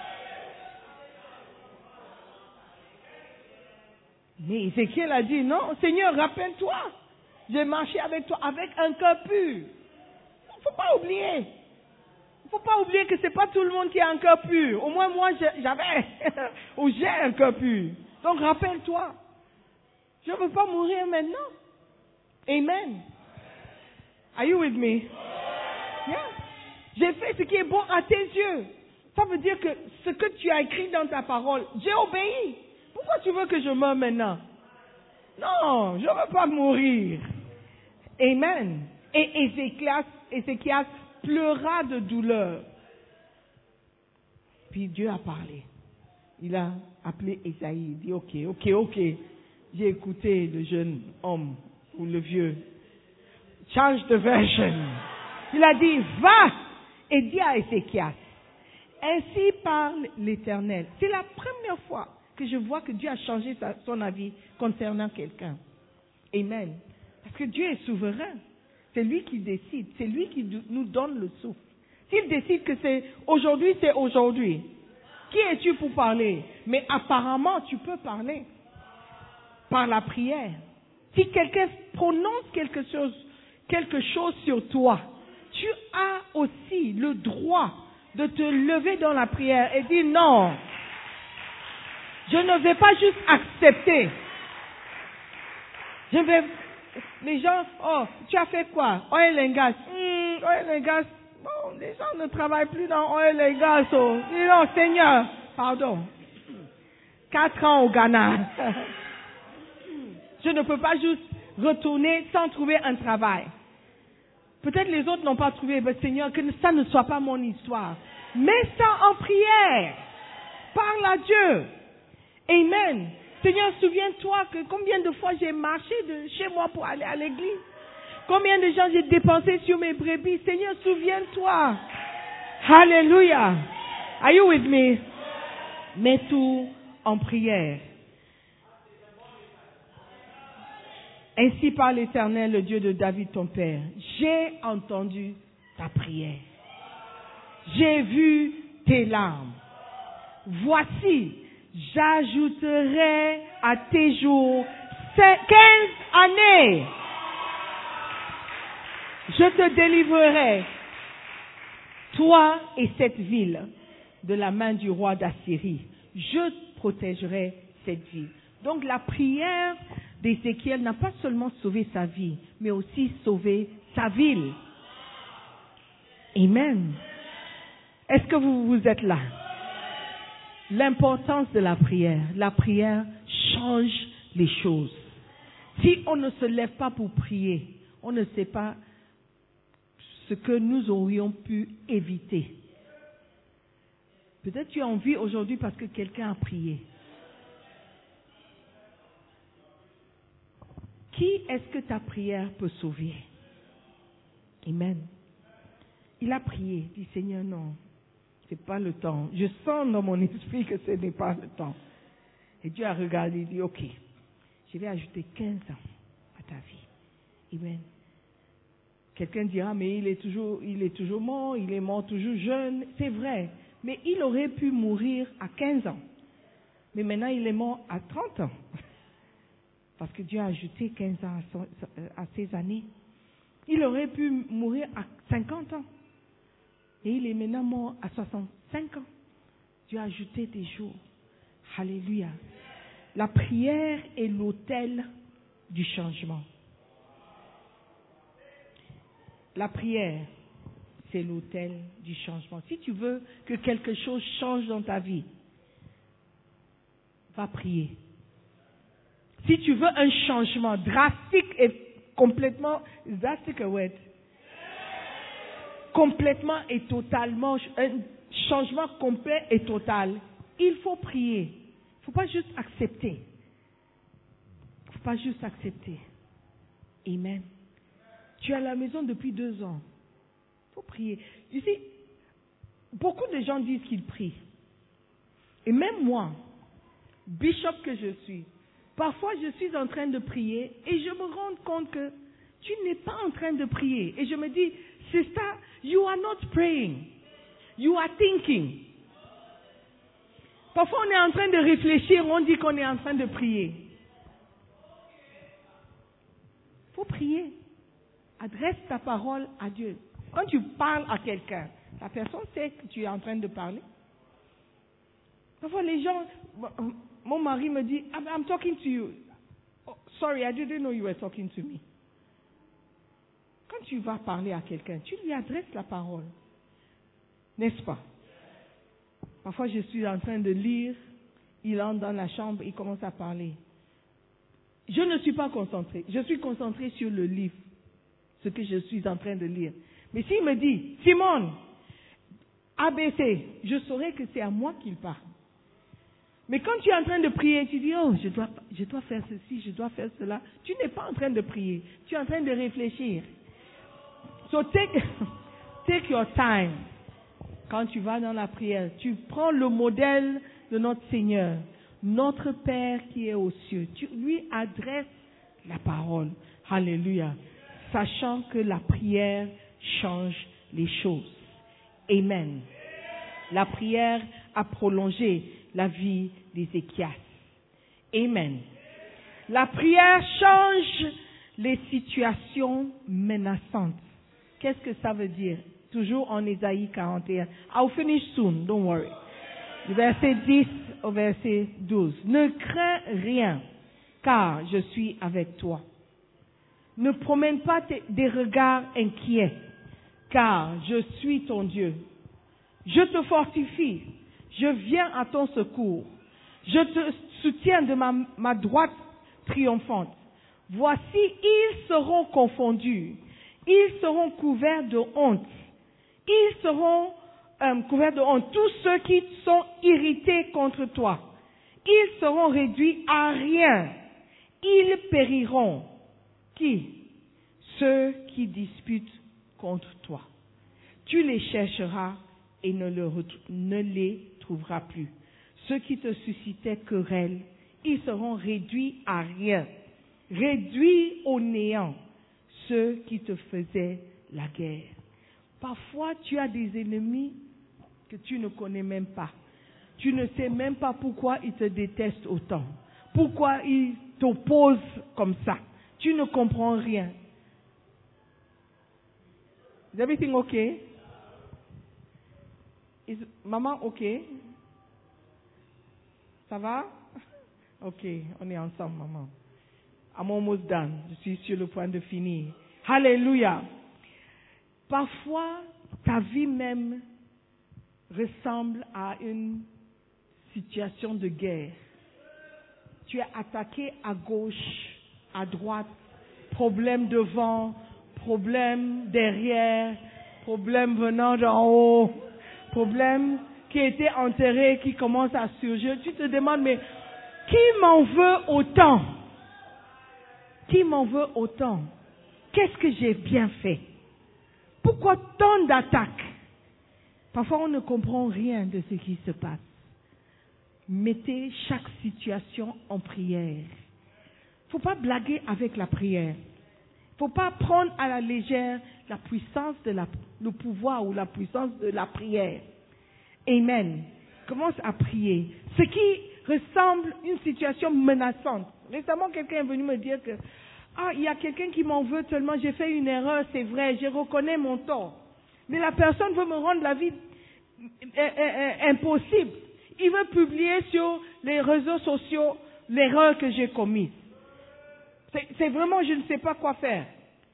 Mais Ézéchiel a dit, non, Seigneur, rappelle-toi, j'ai marché avec toi avec un cœur pur. Il ne faut pas oublier. Il ne faut pas oublier que ce n'est pas tout le monde qui a un cœur pur. Au moins moi j'avais, ou j'ai un cœur pur. Donc rappelle-toi, je ne veux pas mourir maintenant. Amen. Are you with me? Yeah. J'ai fait ce qui est bon à tes yeux. Ça veut dire que ce que tu as écrit dans ta parole, j'ai obéi. Pourquoi tu veux que je meure maintenant? Non, je ne veux pas mourir. Amen. Et Ézéchias pleura de douleur. Puis Dieu a parlé. Il a appelé Esaïe. Il dit, ok. J'ai écouté le jeune homme ou le vieux. Change de version. Il a dit, va et dis à Ézéchias, ainsi parle l'Éternel. C'est la première fois que je vois que Dieu a changé son avis concernant quelqu'un. Amen. Parce que Dieu est souverain. C'est lui qui décide. C'est lui qui nous donne le souffle. S'il décide que c'est aujourd'hui, c'est aujourd'hui. Qui es-tu pour parler? Mais apparemment, tu peux parler par la prière. Si quelqu'un prononce quelque chose sur toi, tu as aussi le droit de te lever dans la prière et dire non. Je ne vais pas juste accepter. Les gens, tu as fait quoi? Oil and gas. Oil and gas. Bon, les gens ne travaillent plus dans oil and gas. Dis non, Seigneur, pardon. 4 ans au Ghana. Je ne peux pas juste retourner sans trouver un travail. Peut-être les autres n'ont pas trouvé, mais Seigneur, que ça ne soit pas mon histoire. Mets ça en prière. Parle à Dieu. Amen. Seigneur, souviens-toi que combien de fois j'ai marché de chez moi pour aller à l'église. Combien de gens j'ai dépensé sur mes brebis. Seigneur, souviens-toi. Hallelujah. Are you with me? Mets tout en prière. Ainsi parle l'Éternel, le Dieu de David ton père. J'ai entendu ta prière. J'ai vu tes larmes. Voici, j'ajouterai à tes jours 15 années. Je te délivrerai, toi et cette ville, de la main du roi d'Assyrie. Je protégerai cette ville. Donc la prière d'Ézéchiel n'a pas seulement sauvé sa vie, mais aussi sauvé sa ville. Amen. Est-ce que vous êtes là? L'importance de la prière change les choses. Si on ne se lève pas pour prier, on ne sait pas ce que nous aurions pu éviter. Peut-être tu as envie aujourd'hui parce que quelqu'un a prié. Qui est-ce que ta prière peut sauver? Amen. Il a prié, dit Seigneur, non, c'est pas le temps. Je sens dans mon esprit que ce n'est pas le temps. Et Dieu a regardé et dit, ok, je vais ajouter 15 ans à ta vie. Amen. Quelqu'un dira, mais il est toujours mort, il est mort toujours jeune. C'est vrai, mais il aurait pu mourir à 15 ans. Mais maintenant, il est mort à 30 ans. Parce que Dieu a ajouté 15 ans à ses années. Il aurait pu mourir à 50 ans. Et il est maintenant mort à 65 ans. Dieu a ajouté des jours. Alléluia. La prière est l'autel du changement. La prière, c'est l'autel du changement. Si tu veux que quelque chose change dans ta vie, va prier. Si tu veux un changement drastique et complètement, complètement et totalement, un changement complet et total, il faut prier. Il ne faut pas juste accepter. Il ne faut pas juste accepter. Amen. Tu es à la maison depuis 2 ans. Il faut prier. Tu sais, beaucoup de gens disent qu'ils prient. Et même moi, bishop que je suis, parfois je suis en train de prier et je me rends compte que tu n'es pas en train de prier. Et je me dis, c'est ça, you are not praying. You are thinking. Parfois on est en train de réfléchir, on dit qu'on est en train de prier. Il faut prier. Adresse ta parole à Dieu. Quand tu parles à quelqu'un, la personne sait que tu es en train de parler. Parfois les gens, mon mari me dit, I'm talking to you. Oh, sorry, I didn't know you were talking to me. Quand tu vas parler à quelqu'un, tu lui adresses la parole. N'est-ce pas? Parfois je suis en train de lire, il entre dans la chambre, il commence à parler. Je ne suis pas concentrée. Je suis concentrée sur le livre, ce que je suis en train de lire. Mais s'il me dit, Simone, ABC, je saurai que c'est à moi qu'il parle. Mais quand tu es en train de prier, tu dis, oh, je dois faire ceci, je dois faire cela. Tu n'es pas en train de prier. Tu es en train de réfléchir. So take your time. Quand tu vas dans la prière, tu prends le modèle de notre Seigneur, notre Père qui est aux cieux. Tu lui adresses la parole. Alléluia. Sachant que la prière change les choses. Amen. La prière a prolongé la vie d'Ézéchias. Amen. La prière change les situations menaçantes. Qu'est-ce que ça veut dire? Toujours en Ésaïe 41. I'll finish soon, don't worry. Du verset 10 au verset 12. Ne crains rien, car je suis avec toi. Ne promène pas des regards inquiets, car je suis ton Dieu. Je te fortifie, je viens à ton secours. Je te soutiens de ma droite triomphante. Voici, ils seront confondus. Ils seront couverts de honte. Ils seront couverts de honte. Tous ceux qui sont irrités contre toi. Ils seront réduits à rien. Ils périront. Qui? Ceux qui disputent contre toi. Tu les chercheras et ne les trouveras plus. ceux qui te suscitaient querelle, ils seront réduits à rien, réduits au néant, ceux qui te faisaient la guerre. Parfois, tu as des ennemis que tu ne connais même pas. Tu ne sais même pas pourquoi ils te détestent autant, pourquoi ils t'opposent comme ça. Tu ne comprends rien. Is everything okay? Is maman okay? Ça va? Ok, on est ensemble, maman. I'm almost done. Je suis sur le point de finir. Alléluia. Parfois, ta vie même ressemble à une situation de guerre. Tu es attaqué à gauche, à droite, problème devant, problème derrière, problème venant d'en haut, problème qui était enterré, qui commence à surgir. Tu te demandes, mais qui m'en veut autant? Qui m'en veut autant? Qu'est-ce que j'ai bien fait? Pourquoi tant d'attaques? Parfois, on ne comprend rien de ce qui se passe. Mettez chaque situation en prière. Il ne faut pas blaguer avec la prière. Il ne faut pas prendre à la légère la puissance de le pouvoir ou la puissance de la prière. Amen. Commence à prier. Ce qui ressemble à une situation menaçante. Récemment, quelqu'un est venu me dire que il y a quelqu'un qui m'en veut tellement, j'ai fait une erreur, c'est vrai, je reconnais mon tort. Mais la personne veut me rendre la vie impossible. Il veut publier sur les réseaux sociaux l'erreur que j'ai commise. C'est vraiment, je ne sais pas quoi faire.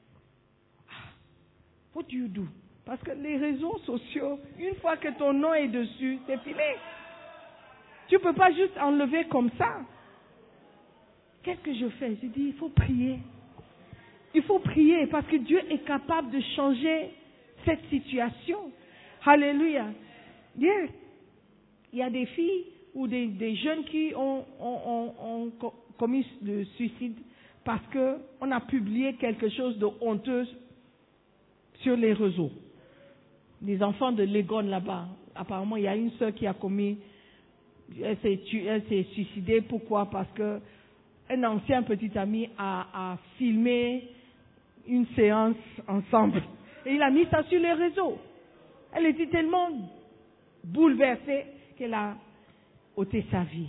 What do you do? Parce que les réseaux sociaux, une fois que ton nom est dessus, c'est fini. Tu ne peux pas juste enlever comme ça. Qu'est-ce que je fais? Je dis, il faut prier. Il faut prier parce que Dieu est capable de changer cette situation. Alléluia. Yeah. Il y a des filles ou des jeunes qui ont commis le suicide parce qu'on a publié quelque chose de honteux sur les réseaux. Les enfants de Legon là-bas, apparemment il y a une sœur qui a commis, elle s'est suicidée. Pourquoi? Parce que un ancien petit ami a filmé une séance ensemble et il a mis ça sur les réseaux. Elle était tellement bouleversée qu'elle a ôté sa vie.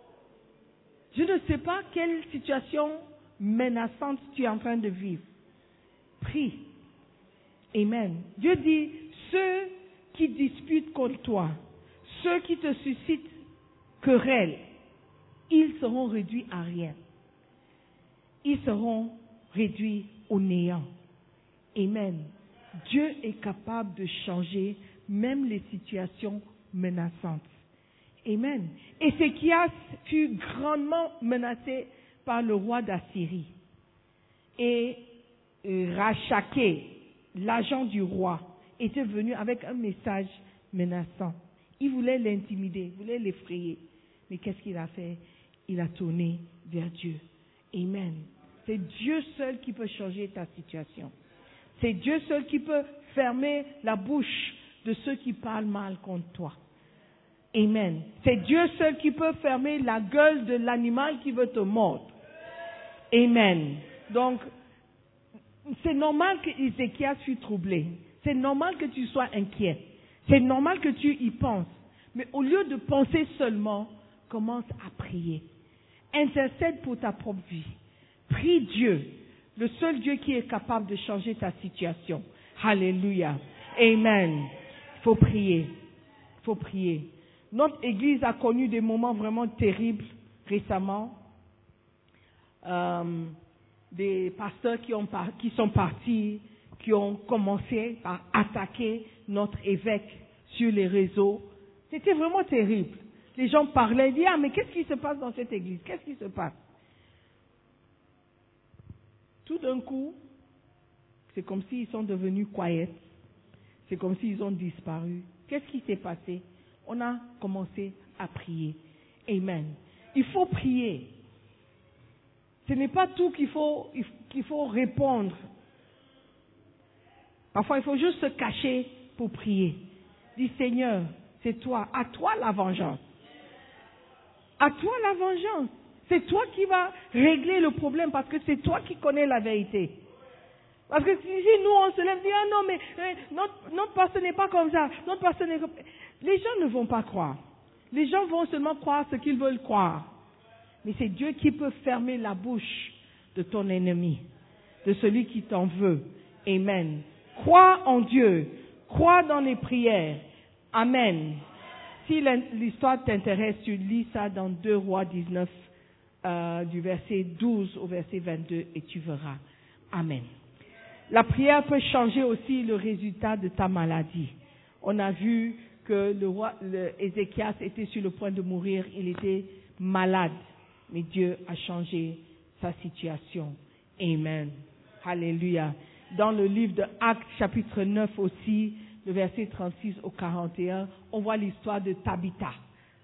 Je ne sais pas quelle situation menaçante tu es en train de vivre. Prie. Amen. Dieu dit, ceux qui disputent contre toi, ceux qui te suscitent querelle, ils seront réduits à rien. Ils seront réduits au néant. Amen. Dieu est capable de changer même les situations menaçantes. Amen. Ézéchias fut grandement menacé par le roi d'Assyrie. Et Rachaké, l'agent du roi, était venu avec un message menaçant. Il voulait l'intimider, il voulait l'effrayer. Mais qu'est-ce qu'il a fait? Il a tourné vers Dieu. Amen. C'est Dieu seul qui peut changer ta situation. C'est Dieu seul qui peut fermer la bouche de ceux qui parlent mal contre toi. Amen. C'est Dieu seul qui peut fermer la gueule de l'animal qui veut te mordre. Amen. Donc, c'est normal que Ézéchias fût troublé. C'est normal que tu sois inquiet. C'est normal que tu y penses. Mais au lieu de penser seulement, commence à prier. Intercède pour ta propre vie. Prie Dieu, le seul Dieu qui est capable de changer ta situation. Alléluia. Amen. Il faut prier. Il faut prier. Notre Église a connu des moments vraiment terribles récemment. Des pasteurs qui sont partis, qui ont commencé à attaquer notre évêque sur les réseaux. C'était vraiment terrible. Les gens parlaient, ils disaient, mais qu'est-ce qui se passe dans cette église? Qu'est-ce qui se passe? Tout d'un coup, c'est comme s'ils sont devenus quiet. C'est comme s'ils ont disparu. Qu'est-ce qui s'est passé? On a commencé à prier. Amen. Il faut prier. Ce n'est pas tout qu'il faut répondre. Parfois, il faut juste se cacher pour prier. Dis, Seigneur, c'est toi, à toi la vengeance. À toi la vengeance. C'est toi qui vas régler le problème parce que c'est toi qui connais la vérité. Parce que si nous on se lève et dit ah non mais notre pasteur n'est pas comme ça, notre pasteur n'est comme... Les gens ne vont pas croire. Les gens vont seulement croire ce qu'ils veulent croire. Mais c'est Dieu qui peut fermer la bouche de ton ennemi, de celui qui t'en veut. Amen. Crois en Dieu. Crois dans les prières. Amen. Si l'histoire t'intéresse, tu lis ça dans 2 Rois 19, du verset 12 au verset 22 et tu verras. Amen. La prière peut changer aussi le résultat de ta maladie. On a vu que le roi Ézéchias était sur le point de mourir, il était malade, mais Dieu a changé sa situation. Amen. Alléluia. Dans le livre de Actes, chapitre 9 aussi, le verset 36 au 41, on voit l'histoire de Tabitha,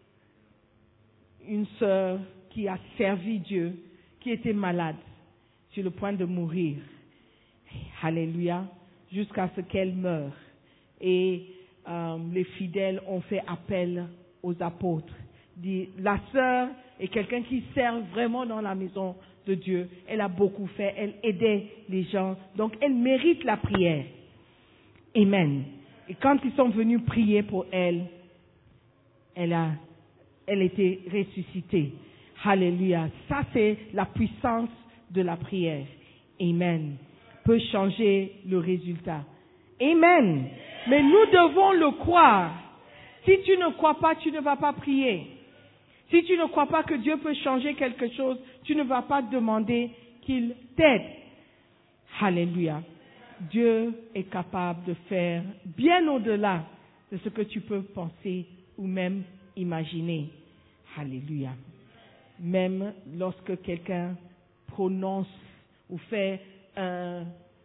une sœur qui a servi Dieu, qui était malade, sur le point de mourir. Alléluia. Jusqu'à ce qu'elle meure. Et les fidèles ont fait appel aux apôtres. La sœur est quelqu'un qui sert vraiment dans la maison de Dieu. Elle a beaucoup fait, elle aidait les gens. Donc elle mérite la prière. Amen. Et quand ils sont venus prier pour elle, elle était ressuscitée. Alléluia. Ça c'est la puissance de la prière. Amen. Peut changer le résultat. Amen. Mais nous devons le croire. Si tu ne crois pas, tu ne vas pas prier. Si tu ne crois pas que Dieu peut changer quelque chose, tu ne vas pas demander qu'il t'aide. Alléluia. Dieu est capable de faire bien au-delà de ce que tu peux penser ou même imaginer. Alléluia. Même lorsque quelqu'un prononce ou fait un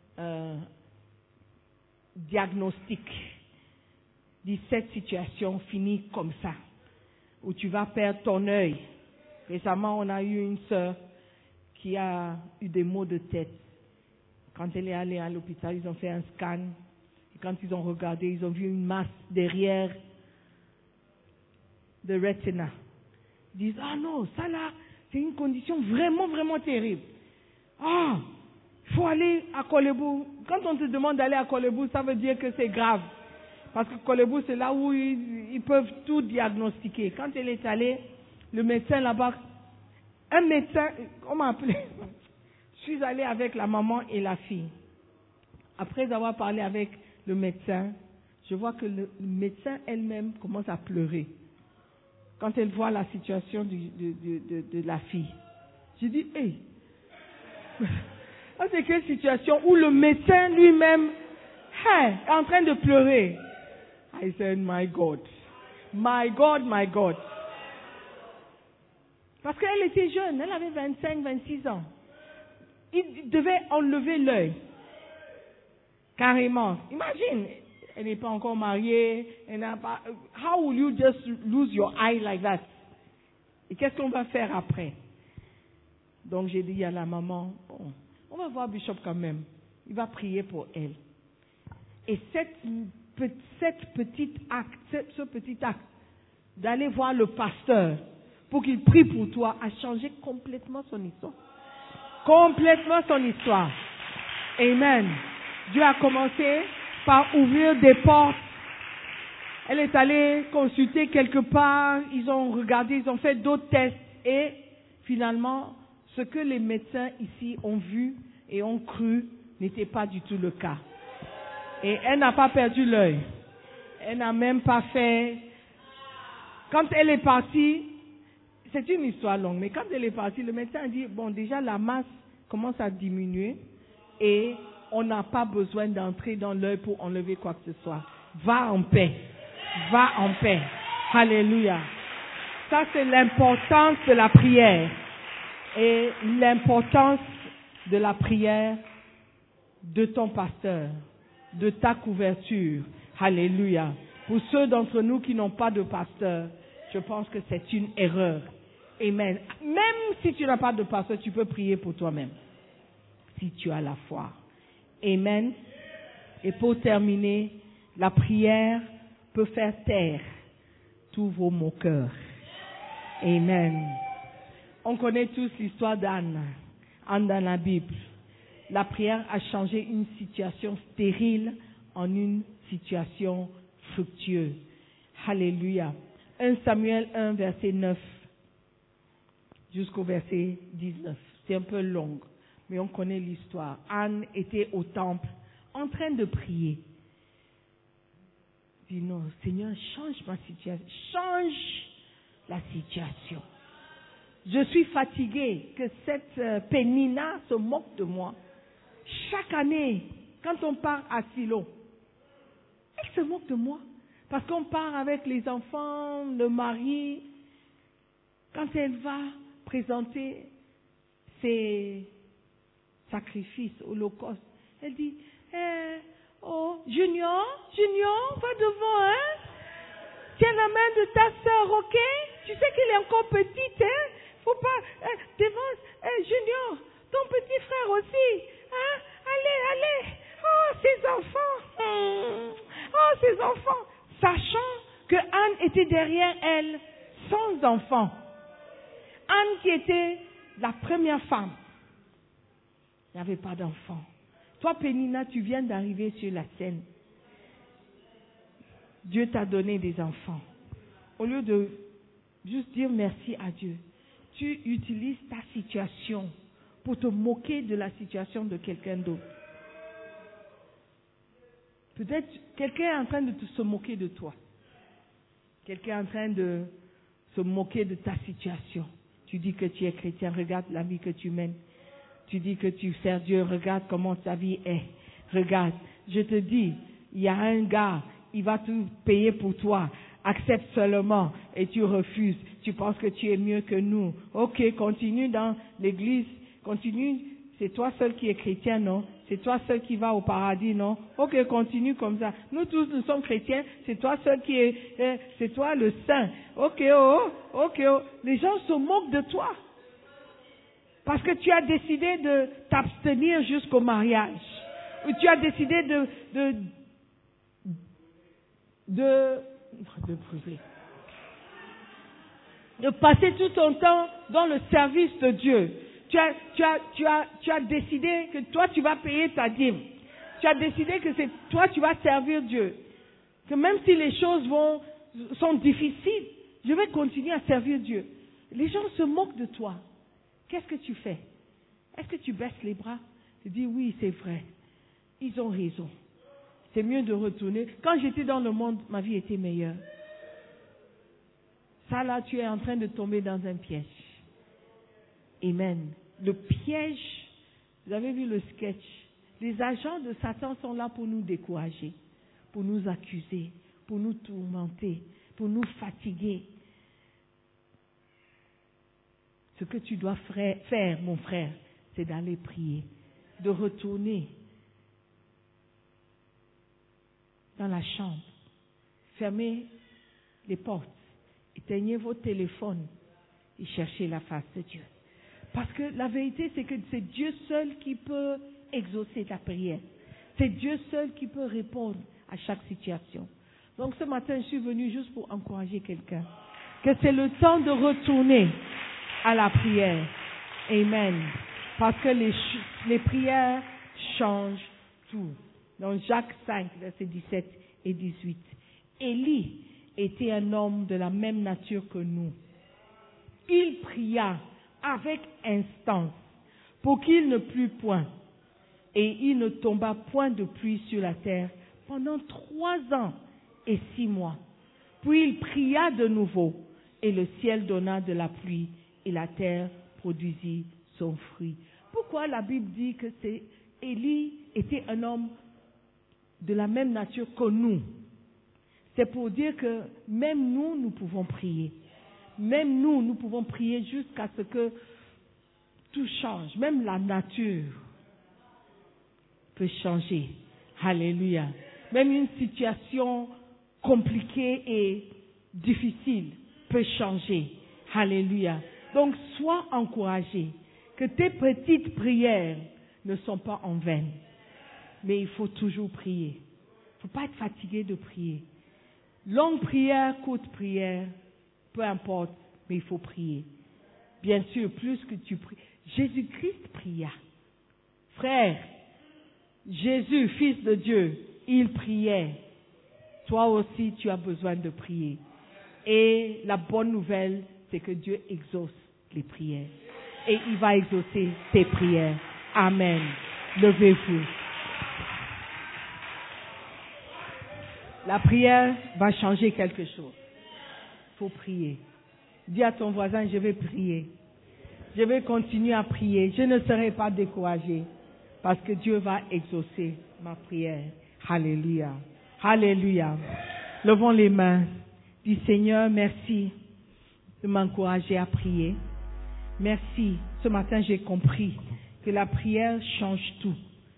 diagnostic, dit cette situation finit comme ça, où tu vas perdre ton œil. Récemment, on a eu une sœur qui a eu des maux de tête. Quand elle est allée à l'hôpital, ils ont fait un scan. Et quand ils ont regardé, ils ont vu une masse derrière de retina. Ils disent, ah non, ça là, c'est une condition vraiment, vraiment terrible. Ah, il faut aller à Kolebou. Quand on te demande d'aller à Kolebou, ça veut dire que c'est grave. Parce que Kolebou, c'est là où ils peuvent tout diagnostiquer. Quand elle est allée, le médecin là-bas, un médecin, on m'a appelé. Je suis allée avec la maman et la fille. Après avoir parlé avec le médecin, je vois que le médecin elle-même commence à pleurer. Quand elle voit la situation de la fille. J'ai dit, hey, c'est quelle situation où le médecin lui-même est en train de pleurer. I said, my God, my God, my God. Parce qu'elle était jeune, elle avait 25, 26 ans. Il devait enlever l'œil. Carrément. Imagine, elle n'est pas encore mariée, elle n'a pas... How will you just lose your eye like that? Et qu'est-ce qu'on va faire après? Donc j'ai dit à la maman, bon, on va voir Bishop quand même. Il va prier pour elle. Et ce petit acte d'aller voir le pasteur pour qu'il prie pour toi a changé complètement son histoire. Complètement son histoire. Amen. Dieu a commencé par ouvrir des portes. Elle est allée consulter quelque part. Ils ont regardé, ils ont fait d'autres tests. Et finalement, ce que les médecins ici ont vu et ont cru n'était pas du tout le cas. Et elle n'a pas perdu l'œil. Elle n'a même pas fait... Quand elle est partie, c'est une histoire longue, mais quand elle est partie, le médecin a dit, bon, déjà la masse commence à diminuer et on n'a pas besoin d'entrer dans l'œil pour enlever quoi que ce soit. Va en paix. Va en paix. Alléluia. Ça, c'est l'importance de la prière. Et l'importance de la prière de ton pasteur, de ta couverture. Alléluia. Pour ceux d'entre nous qui n'ont pas de pasteur, je pense que c'est une erreur. Amen. Même si tu n'as pas de pasteur, tu peux prier pour toi-même. Si tu as la foi. Amen. Et pour terminer, la prière peut faire taire tous vos moqueurs. Amen. On connaît tous l'histoire d'Anne. Anne dans la Bible. La prière a changé une situation stérile en une situation fructueuse. Alléluia. 1 Samuel 1, verset 9 jusqu'au verset 19. C'est un peu long, mais on connaît l'histoire. Anne était au temple en train de prier. Dis non, Seigneur, change ma situation. Change la situation. Je suis fatiguée que cette Pénina se moque de moi. Chaque année, quand on part à Silo, elle se moque de moi. Parce qu'on part avec les enfants, le mari. Quand elle va présenter ses sacrifices, holocaustes, elle dit, oh, Junior, va devant, hein. Tiens la main de ta sœur, ok? Tu sais qu'elle est encore petite, hein? Faut pas, devant, Junior, ton petit frère aussi, hein? Allez. Oh, ces enfants. Oh, ces enfants. Sachant que Anne était derrière elle, sans enfant. Anne qui était la première femme, n'avait pas d'enfant. Toi, Pénina, tu viens d'arriver sur la scène. Dieu t'a donné des enfants. Au lieu de juste dire merci à Dieu, tu utilises ta situation pour te moquer de la situation de quelqu'un d'autre. Peut-être quelqu'un est en train de se moquer de toi. Quelqu'un est en train de se moquer de ta situation. Tu dis que tu es chrétien, regarde la vie que tu mènes. Tu dis que tu sers Dieu, regarde comment ta vie est. Regarde, je te dis, il y a un gars, il va tout payer pour toi. Accepte seulement et tu refuses. Tu penses que tu es mieux que nous. Ok, continue dans l'église, continue. C'est toi seul qui es chrétien, non? C'est toi seul qui va au paradis, non? Ok, continue comme ça. Nous tous, nous sommes chrétiens. C'est toi seul qui est, c'est toi le saint. Ok. Les gens se moquent de toi. Parce que tu as décidé de t'abstenir jusqu'au mariage. Ou tu as décidé de passer tout ton temps dans le service de Dieu. Tu as décidé que toi tu vas payer ta dîme. Tu as décidé que c'est toi tu vas servir Dieu. Que même si les choses sont difficiles, je vais continuer à servir Dieu. Les gens se moquent de toi. Qu'est-ce que tu fais? Est-ce que tu baisses les bras? Tu dis oui, c'est vrai. Ils ont raison. C'est mieux de retourner. Quand j'étais dans le monde, ma vie était meilleure. Ça là, tu es en train de tomber dans un piège. Amen. Le piège, vous avez vu le sketch. Les agents de Satan sont là pour nous décourager, pour nous accuser, pour nous tourmenter, pour nous fatiguer. Ce que tu dois faire, mon frère, c'est d'aller prier, de retourner dans la chambre, fermez les portes, éteignez vos téléphones et cherchez la face de Dieu. Parce que la vérité, c'est que c'est Dieu seul qui peut exaucer ta prière. C'est Dieu seul qui peut répondre à chaque situation. Donc ce matin, je suis venue juste pour encourager quelqu'un. Que c'est le temps de retourner à la prière. Amen. Parce que les prières changent tout. Dans Jacques 5, versets 17 et 18. Élie était un homme de la même nature que nous. Il pria avec instance pour qu'il ne plût point. Et il ne tomba point de pluie sur la terre pendant 3 ans et 6 mois. Puis il pria de nouveau, et le ciel donna de la pluie, et la terre produisit son fruit. Pourquoi la Bible dit que Élie était un homme de la même nature que nous? C'est pour dire que même nous, nous pouvons prier. Même nous, nous pouvons prier jusqu'à ce que tout change. Même la nature peut changer. Alléluia. Même une situation compliquée et difficile peut changer. Alléluia. Donc, sois encouragé que tes petites prières ne sont pas en vain. Mais il faut toujours prier. Il ne faut pas être fatigué de prier. Longue prière, courte prière, peu importe, mais il faut prier. Bien sûr, plus que tu pries. Jésus-Christ pria. Frère, Jésus, Fils de Dieu, il priait. Toi aussi, tu as besoin de prier. Et la bonne nouvelle, c'est que Dieu exauce les prières. Et il va exaucer tes prières. Amen. Levez-vous. La prière va changer quelque chose. Il faut prier. Dis à ton voisin, je vais prier. Je vais continuer à prier. Je ne serai pas découragé parce que Dieu va exaucer ma prière. Alléluia. Alléluia. Levons les mains. Dis Seigneur, merci de m'encourager à prier. Merci. Ce matin, j'ai compris que la prière change tout.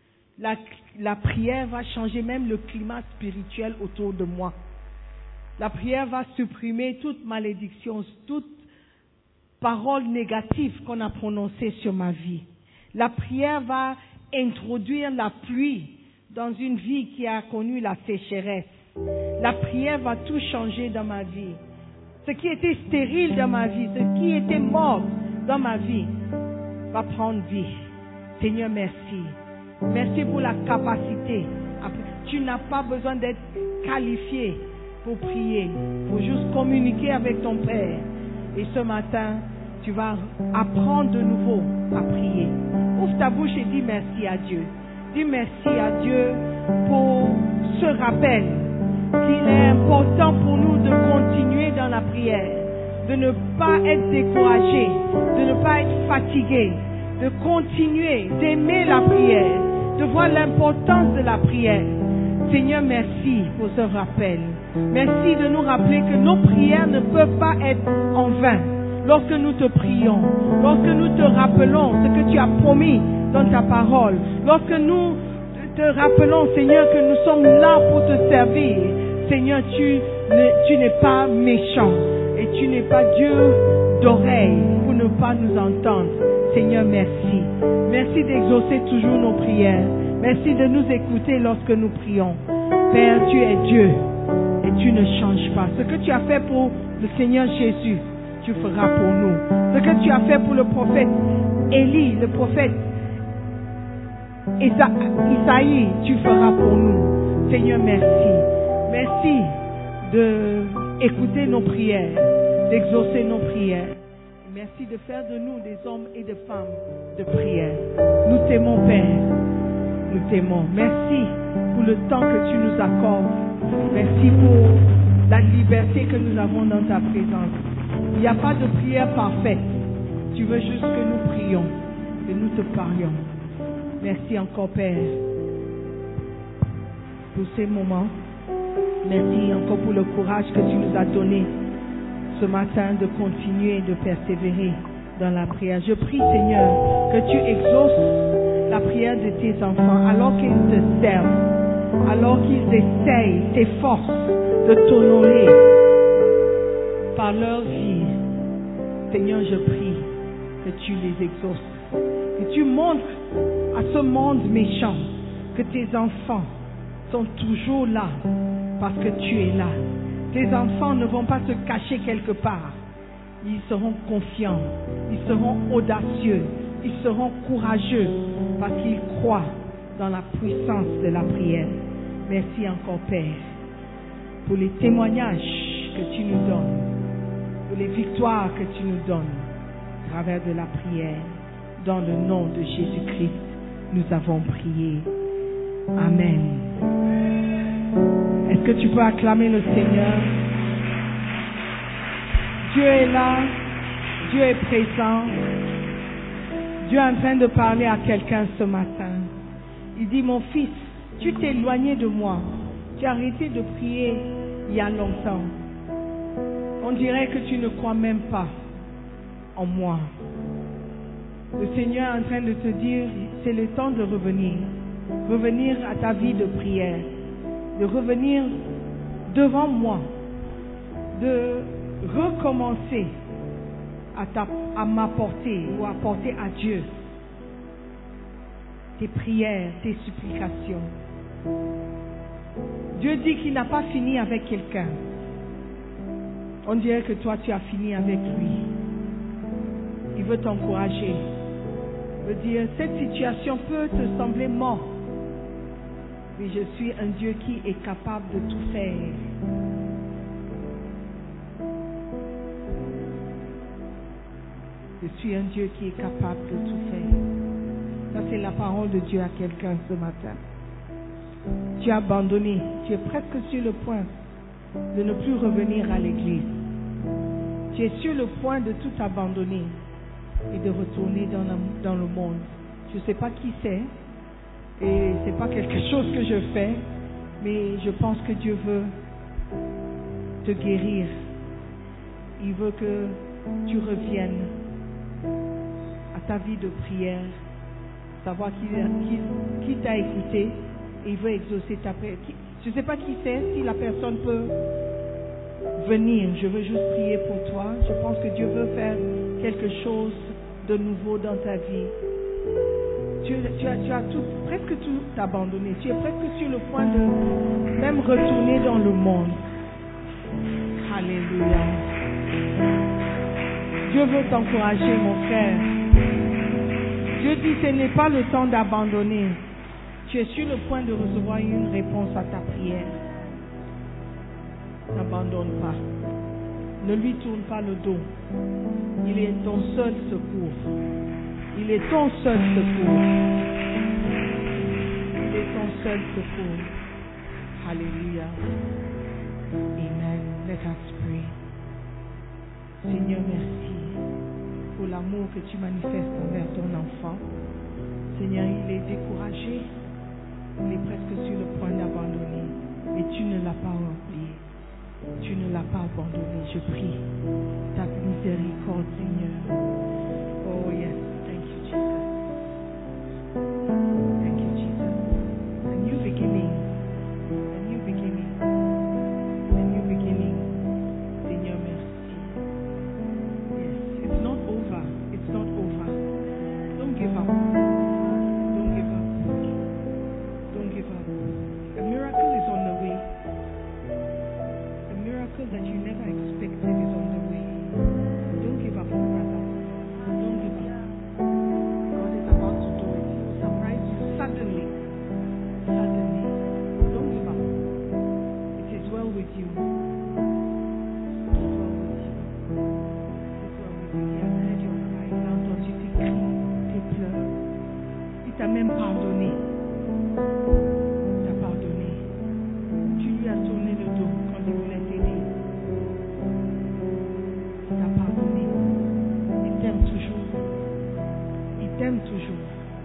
La prière va changer même le climat spirituel autour de moi. La prière va supprimer toute malédiction, toute parole négative qu'on a prononcée sur ma vie. La prière va introduire la pluie dans une vie qui a connu la sécheresse. La prière va tout changer dans ma vie. Ce qui était stérile dans ma vie, ce qui était mort dans ma vie, va prendre vie. Seigneur, merci. Merci pour la capacité. Tu n'as pas besoin d'être qualifié pour prier. Il faut juste communiquer avec ton Père. Et ce matin, tu vas apprendre de nouveau à prier. Ouvre ta bouche et dis merci à Dieu. Dis merci à Dieu pour ce rappel qu'il est important pour nous de continuer dans la prière, de ne pas être découragé, de ne pas être fatigué, de continuer, d'aimer la prière, de voir l'importance de la prière. Seigneur, merci pour ce rappel. Merci de nous rappeler que nos prières ne peuvent pas être en vain. Lorsque nous te prions, lorsque nous te rappelons ce que tu as promis dans ta parole, lorsque nous te rappelons, Seigneur, que nous sommes là pour te servir, Seigneur, tu n'es pas méchant et tu n'es pas Dieu d'oreille pour ne pas nous entendre. Seigneur, merci. Merci d'exaucer toujours nos prières. Merci de nous écouter lorsque nous prions. Père, tu es Dieu et tu ne changes pas. Ce que tu as fait pour le Seigneur Jésus, tu feras pour nous. Ce que tu as fait pour le prophète Élie, le prophète Isaïe, tu feras pour nous. Seigneur, merci. Merci d'écouter nos prières, d'exaucer nos prières. Merci de faire de nous des hommes et des femmes de prière. Nous t'aimons, Père. Nous t'aimons. Merci pour le temps que tu nous accordes. Merci pour la liberté que nous avons dans ta présence. Il n'y a pas de prière parfaite. Tu veux juste que nous prions, que nous te parlions. Merci encore, Père, pour ces moments. Merci encore pour le courage que tu nous as donné ce matin de continuer, de persévérer dans la prière. Je prie, Seigneur, que tu exauces la prière de tes enfants alors qu'ils te servent, alors qu'ils essayent, t'efforcent de t'honorer par leur vie. Seigneur, je prie que tu les exauces, que tu montres à ce monde méchant que tes enfants sont toujours là parce que tu es là. Tes enfants ne vont pas se cacher quelque part. Ils seront confiants, ils seront audacieux, ils seront courageux parce qu'ils croient dans la puissance de la prière. Merci encore, Père, pour les témoignages que tu nous donnes, pour les victoires que tu nous donnes à travers de la prière. Dans le nom de Jésus-Christ, nous avons prié. Amen. Est-ce que tu peux acclamer le Seigneur? Dieu est là, Dieu est présent. Dieu est en train de parler à quelqu'un ce matin. Il dit, mon fils, tu t'es éloigné de moi. Tu as arrêté de prier il y a longtemps. On dirait que tu ne crois même pas en moi. Le Seigneur est en train de te dire, c'est le temps de revenir. Revenir à ta vie de prière. De revenir devant moi. De recommencer à m'apporter ou à apporter à Dieu tes prières, tes supplications. Dieu dit qu'il n'a pas fini avec quelqu'un. On dirait que toi, tu as fini avec lui. Il veut t'encourager. Il veut dire, cette situation peut te sembler morte. Mais je suis un Dieu qui est capable de tout faire. Je suis un Dieu qui est capable de tout faire. Ça, c'est la parole de Dieu à quelqu'un ce matin. Tu as abandonné. Tu es presque sur le point de ne plus revenir à l'église. Tu es sur le point de tout abandonner et de retourner dans le monde. Je ne sais pas qui c'est et ce n'est pas quelque chose que je fais, mais je pense que Dieu veut te guérir. Il veut que tu reviennes à ta vie de prière, savoir qui t'a écouté et il veut exaucer ta prière. Je ne sais pas qui c'est, si la personne peut venir, je veux juste prier pour toi. Je pense que Dieu veut faire quelque chose de nouveau dans ta vie. Tu as presque tout abandonné. Tu es presque sur le point de même retourner dans le monde. Alléluia. Dieu veut t'encourager, mon frère. Dieu dit, ce n'est pas le temps d'abandonner. Tu es sur le point de recevoir une réponse à ta prière. N'abandonne pas. Ne lui tourne pas le dos. Il est ton seul secours. Il est ton seul secours. Il est ton seul secours. Alléluia. Amen. Let us pray. Seigneur, merci pour l'amour que tu manifestes envers ton enfant. Seigneur, il est découragé. Il est presque sur le point d'abandonner. Mais tu ne l'as pas oublié. Tu ne l'as pas abandonné. Je prie ta miséricorde, Seigneur. Oh yes. Thank you, Jesus. Thank you, Jesus. A new beginning. A new beginning. A new beginning. Seigneur, merci. Yes. It's not over. It's not over. Don't give up. Don't give up. Don't give up. A miracle is on the way. A miracle that you never expected is on the way. Don't give up, brother. Don't give up. God is about to do it. He will surprise you suddenly. Suddenly. Don't give up. It is well with you. It is well with you. It is well with you. He has heard your cry. Il a entendu tes cris, tes pleurs. Il t'a même pardonné. Il t'a pardonné. Tu lui as tourné le dos quand il voulait t'aider. Il t'a pardonné. Il t'aime toujours. Il t'aime toujours.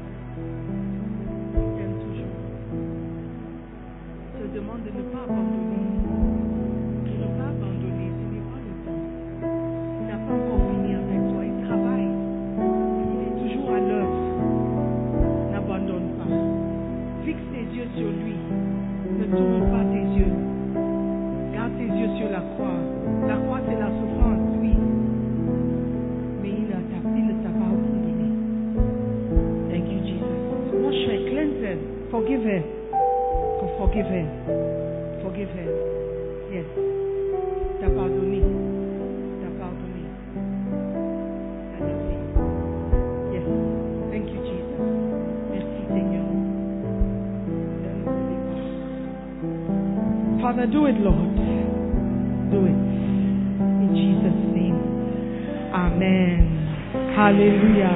Il t'aime toujours. Je te demande de ne pas abandonner. De ne pas abandonner. Ce n'est pas le temps. Il n'a pas encore fini avec toi. Il travaille. Il est toujours à l'œuvre. N'abandonne pas. Fixe tes yeux sur lui. Ne tourne pas tes yeux. Garde tes yeux sur la croix. La croix, c'est la souffrance, oui. Mais il ne t'a pas abandonné. Thank you, Jesus. Wash her, cleanse her, forgive her. Forgive her. Forgive her. Yes. T'as pardonné. T'as pardonné. Allez-y. Yes. Thank you, Jesus. Merci, Seigneur. Father, do it, Lord. Do it. In Jesus' name. Amen. Hallelujah.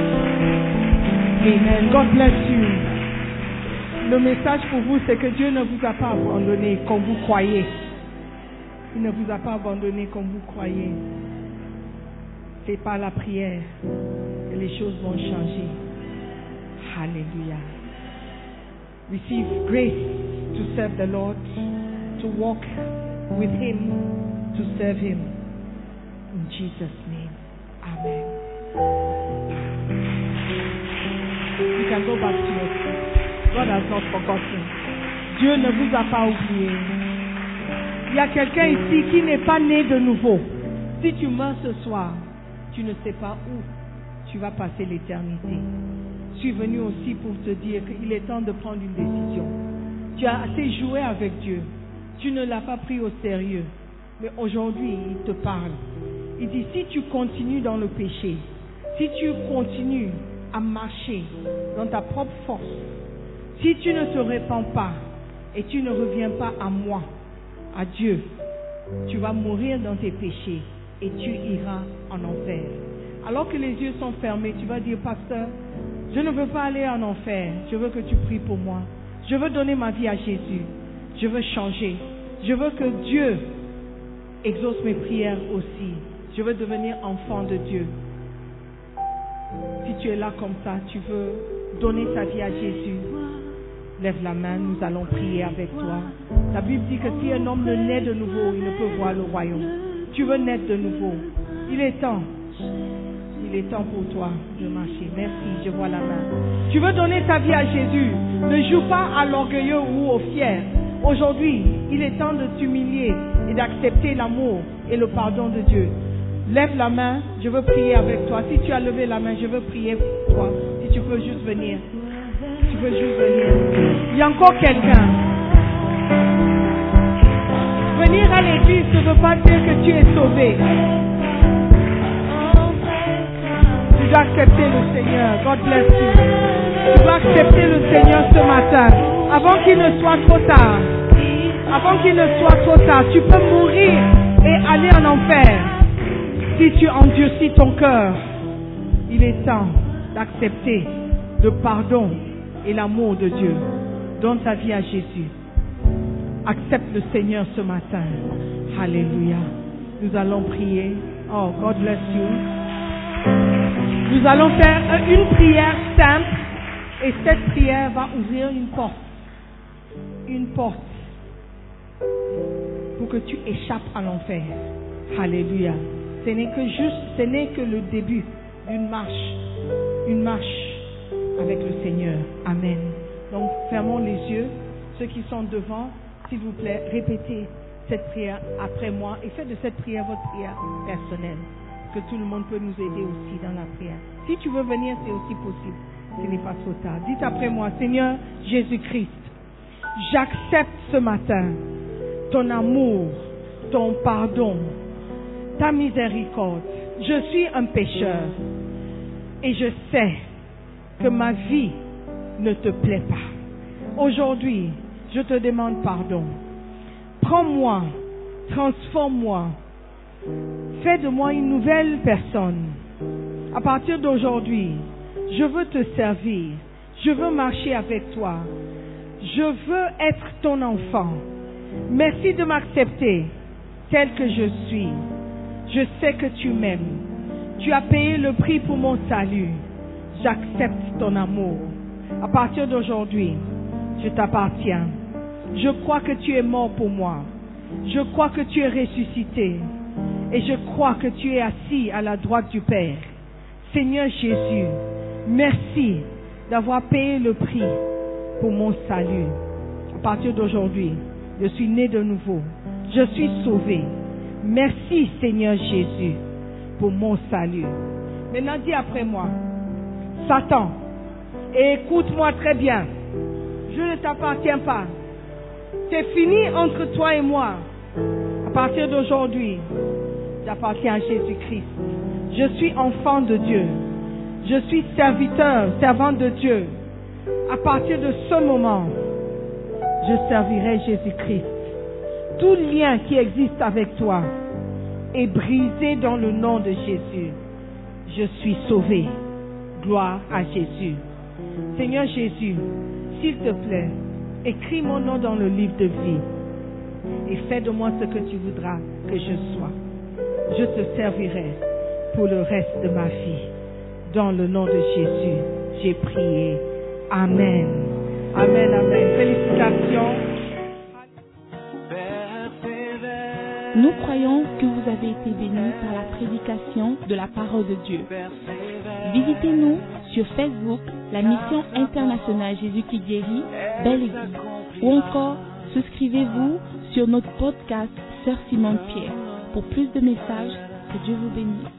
Amen. God bless you. Le message pour vous, c'est que Dieu ne vous a pas abandonné comme vous croyez. Il ne vous a pas abandonné comme vous croyez. C'est par la prière que les choses vont changer. Hallelujah. Receive grace to serve the Lord, to walk with Him, to serve Him. In Jesus' name. Amen. You can go back to your seat. God has not forgotten. Dieu ne vous a pas oublié. Il y a quelqu'un ici qui n'est pas né de nouveau. Si tu meurs ce soir, tu ne sais pas où tu vas passer l'éternité. Je suis venu aussi pour te dire qu'il est temps de prendre une décision. Tu as assez joué avec Dieu. Tu ne l'as pas pris au sérieux. Mais aujourd'hui, il te parle. Il dit, si tu continues dans le péché, si tu continues à marcher dans ta propre force, si tu ne te répands pas et tu ne reviens pas à moi, à Dieu, tu vas mourir dans tes péchés et tu iras en enfer. Alors que les yeux sont fermés, tu vas dire, pasteur, je ne veux pas aller en enfer, je veux que tu pries pour moi. Je veux donner ma vie à Jésus. Je veux changer. Je veux que Dieu exauce mes prières aussi. Je veux devenir enfant de Dieu. Si tu es là comme ça, tu veux donner ta vie à Jésus, lève la main, nous allons prier avec toi. La Bible dit que si un homme ne naît de nouveau, il ne peut voir le royaume. Tu veux naître de nouveau. Il est temps. Il est temps pour toi de marcher. Merci, je vois la main. Tu veux donner ta vie à Jésus. Ne joue pas à l'orgueilleux ou au fier. Aujourd'hui, il est temps de t'humilier et d'accepter l'amour et le pardon de Dieu. Lève la main, je veux prier avec toi. Si tu as levé la main, je veux prier pour toi. Si tu peux juste venir. Tu peux juste venir. Il y a encore quelqu'un. Venir à l'église ne veut pas dire que tu es sauvé. Tu dois accepter le Seigneur. God bless you. Tu dois accepter le Seigneur ce matin. Avant qu'il ne soit trop tard. Avant qu'il ne soit trop tard. Tu peux mourir et aller en enfer. Si tu endurcis ton cœur, il est temps d'accepter le pardon et l'amour de Dieu. Donne ta vie à Jésus. Accepte le Seigneur ce matin. Alléluia. Nous allons prier. Oh, God bless you. Nous allons faire une prière simple et cette prière va ouvrir une porte. Une porte pour que tu échappes à l'enfer. Alléluia. Ce n'est que le début d'une marche avec le Seigneur. Amen. Donc, fermons les yeux. Ceux qui sont devant, s'il vous plaît, répétez cette prière après moi et faites de cette prière votre prière personnelle. Que tout le monde peut nous aider aussi dans la prière. Si tu veux venir, c'est aussi possible. Ce n'est pas trop tard. Dites après moi, Seigneur Jésus-Christ, j'accepte ce matin ton amour, ton pardon, ta miséricorde. Je suis un pécheur et je sais que ma vie ne te plaît pas. Aujourd'hui, je te demande pardon. Prends-moi, transforme-moi, fais de moi une nouvelle personne. À partir d'aujourd'hui, je veux te servir, je veux marcher avec toi, je veux être ton enfant. Merci de m'accepter tel que je suis. Je sais que tu m'aimes. Tu as payé le prix pour mon salut. J'accepte ton amour. À partir d'aujourd'hui, je t'appartiens. Je crois que tu es mort pour moi. Je crois que tu es ressuscité. Et je crois que tu es assis à la droite du Père. Seigneur Jésus, merci d'avoir payé le prix pour mon salut. À partir d'aujourd'hui, je suis né de nouveau. Je suis sauvé. Merci Seigneur Jésus pour mon salut. Maintenant dis après moi, Satan, et écoute-moi très bien. Je ne t'appartiens pas. C'est fini entre toi et moi. À partir d'aujourd'hui, j'appartiens à Jésus-Christ. Je suis enfant de Dieu. Je suis serviteur, servante de Dieu. À partir de ce moment, je servirai Jésus-Christ. Tout lien qui existe avec toi est brisé dans le nom de Jésus. Je suis sauvé. Gloire à Jésus. Seigneur Jésus, s'il te plaît, écris mon nom dans le livre de vie et fais de moi ce que tu voudras que je sois. Je te servirai pour le reste de ma vie. Dans le nom de Jésus, j'ai prié. Amen. Amen, amen. Félicitations. Nous croyons que vous avez été bénis par la prédication de la parole de Dieu. Visitez-nous sur Facebook, la mission internationale Jésus qui guérit, Belle Église. Ou encore, souscrivez-vous sur notre podcast Sœur Simone Pierre. Pour plus de messages, que Dieu vous bénisse.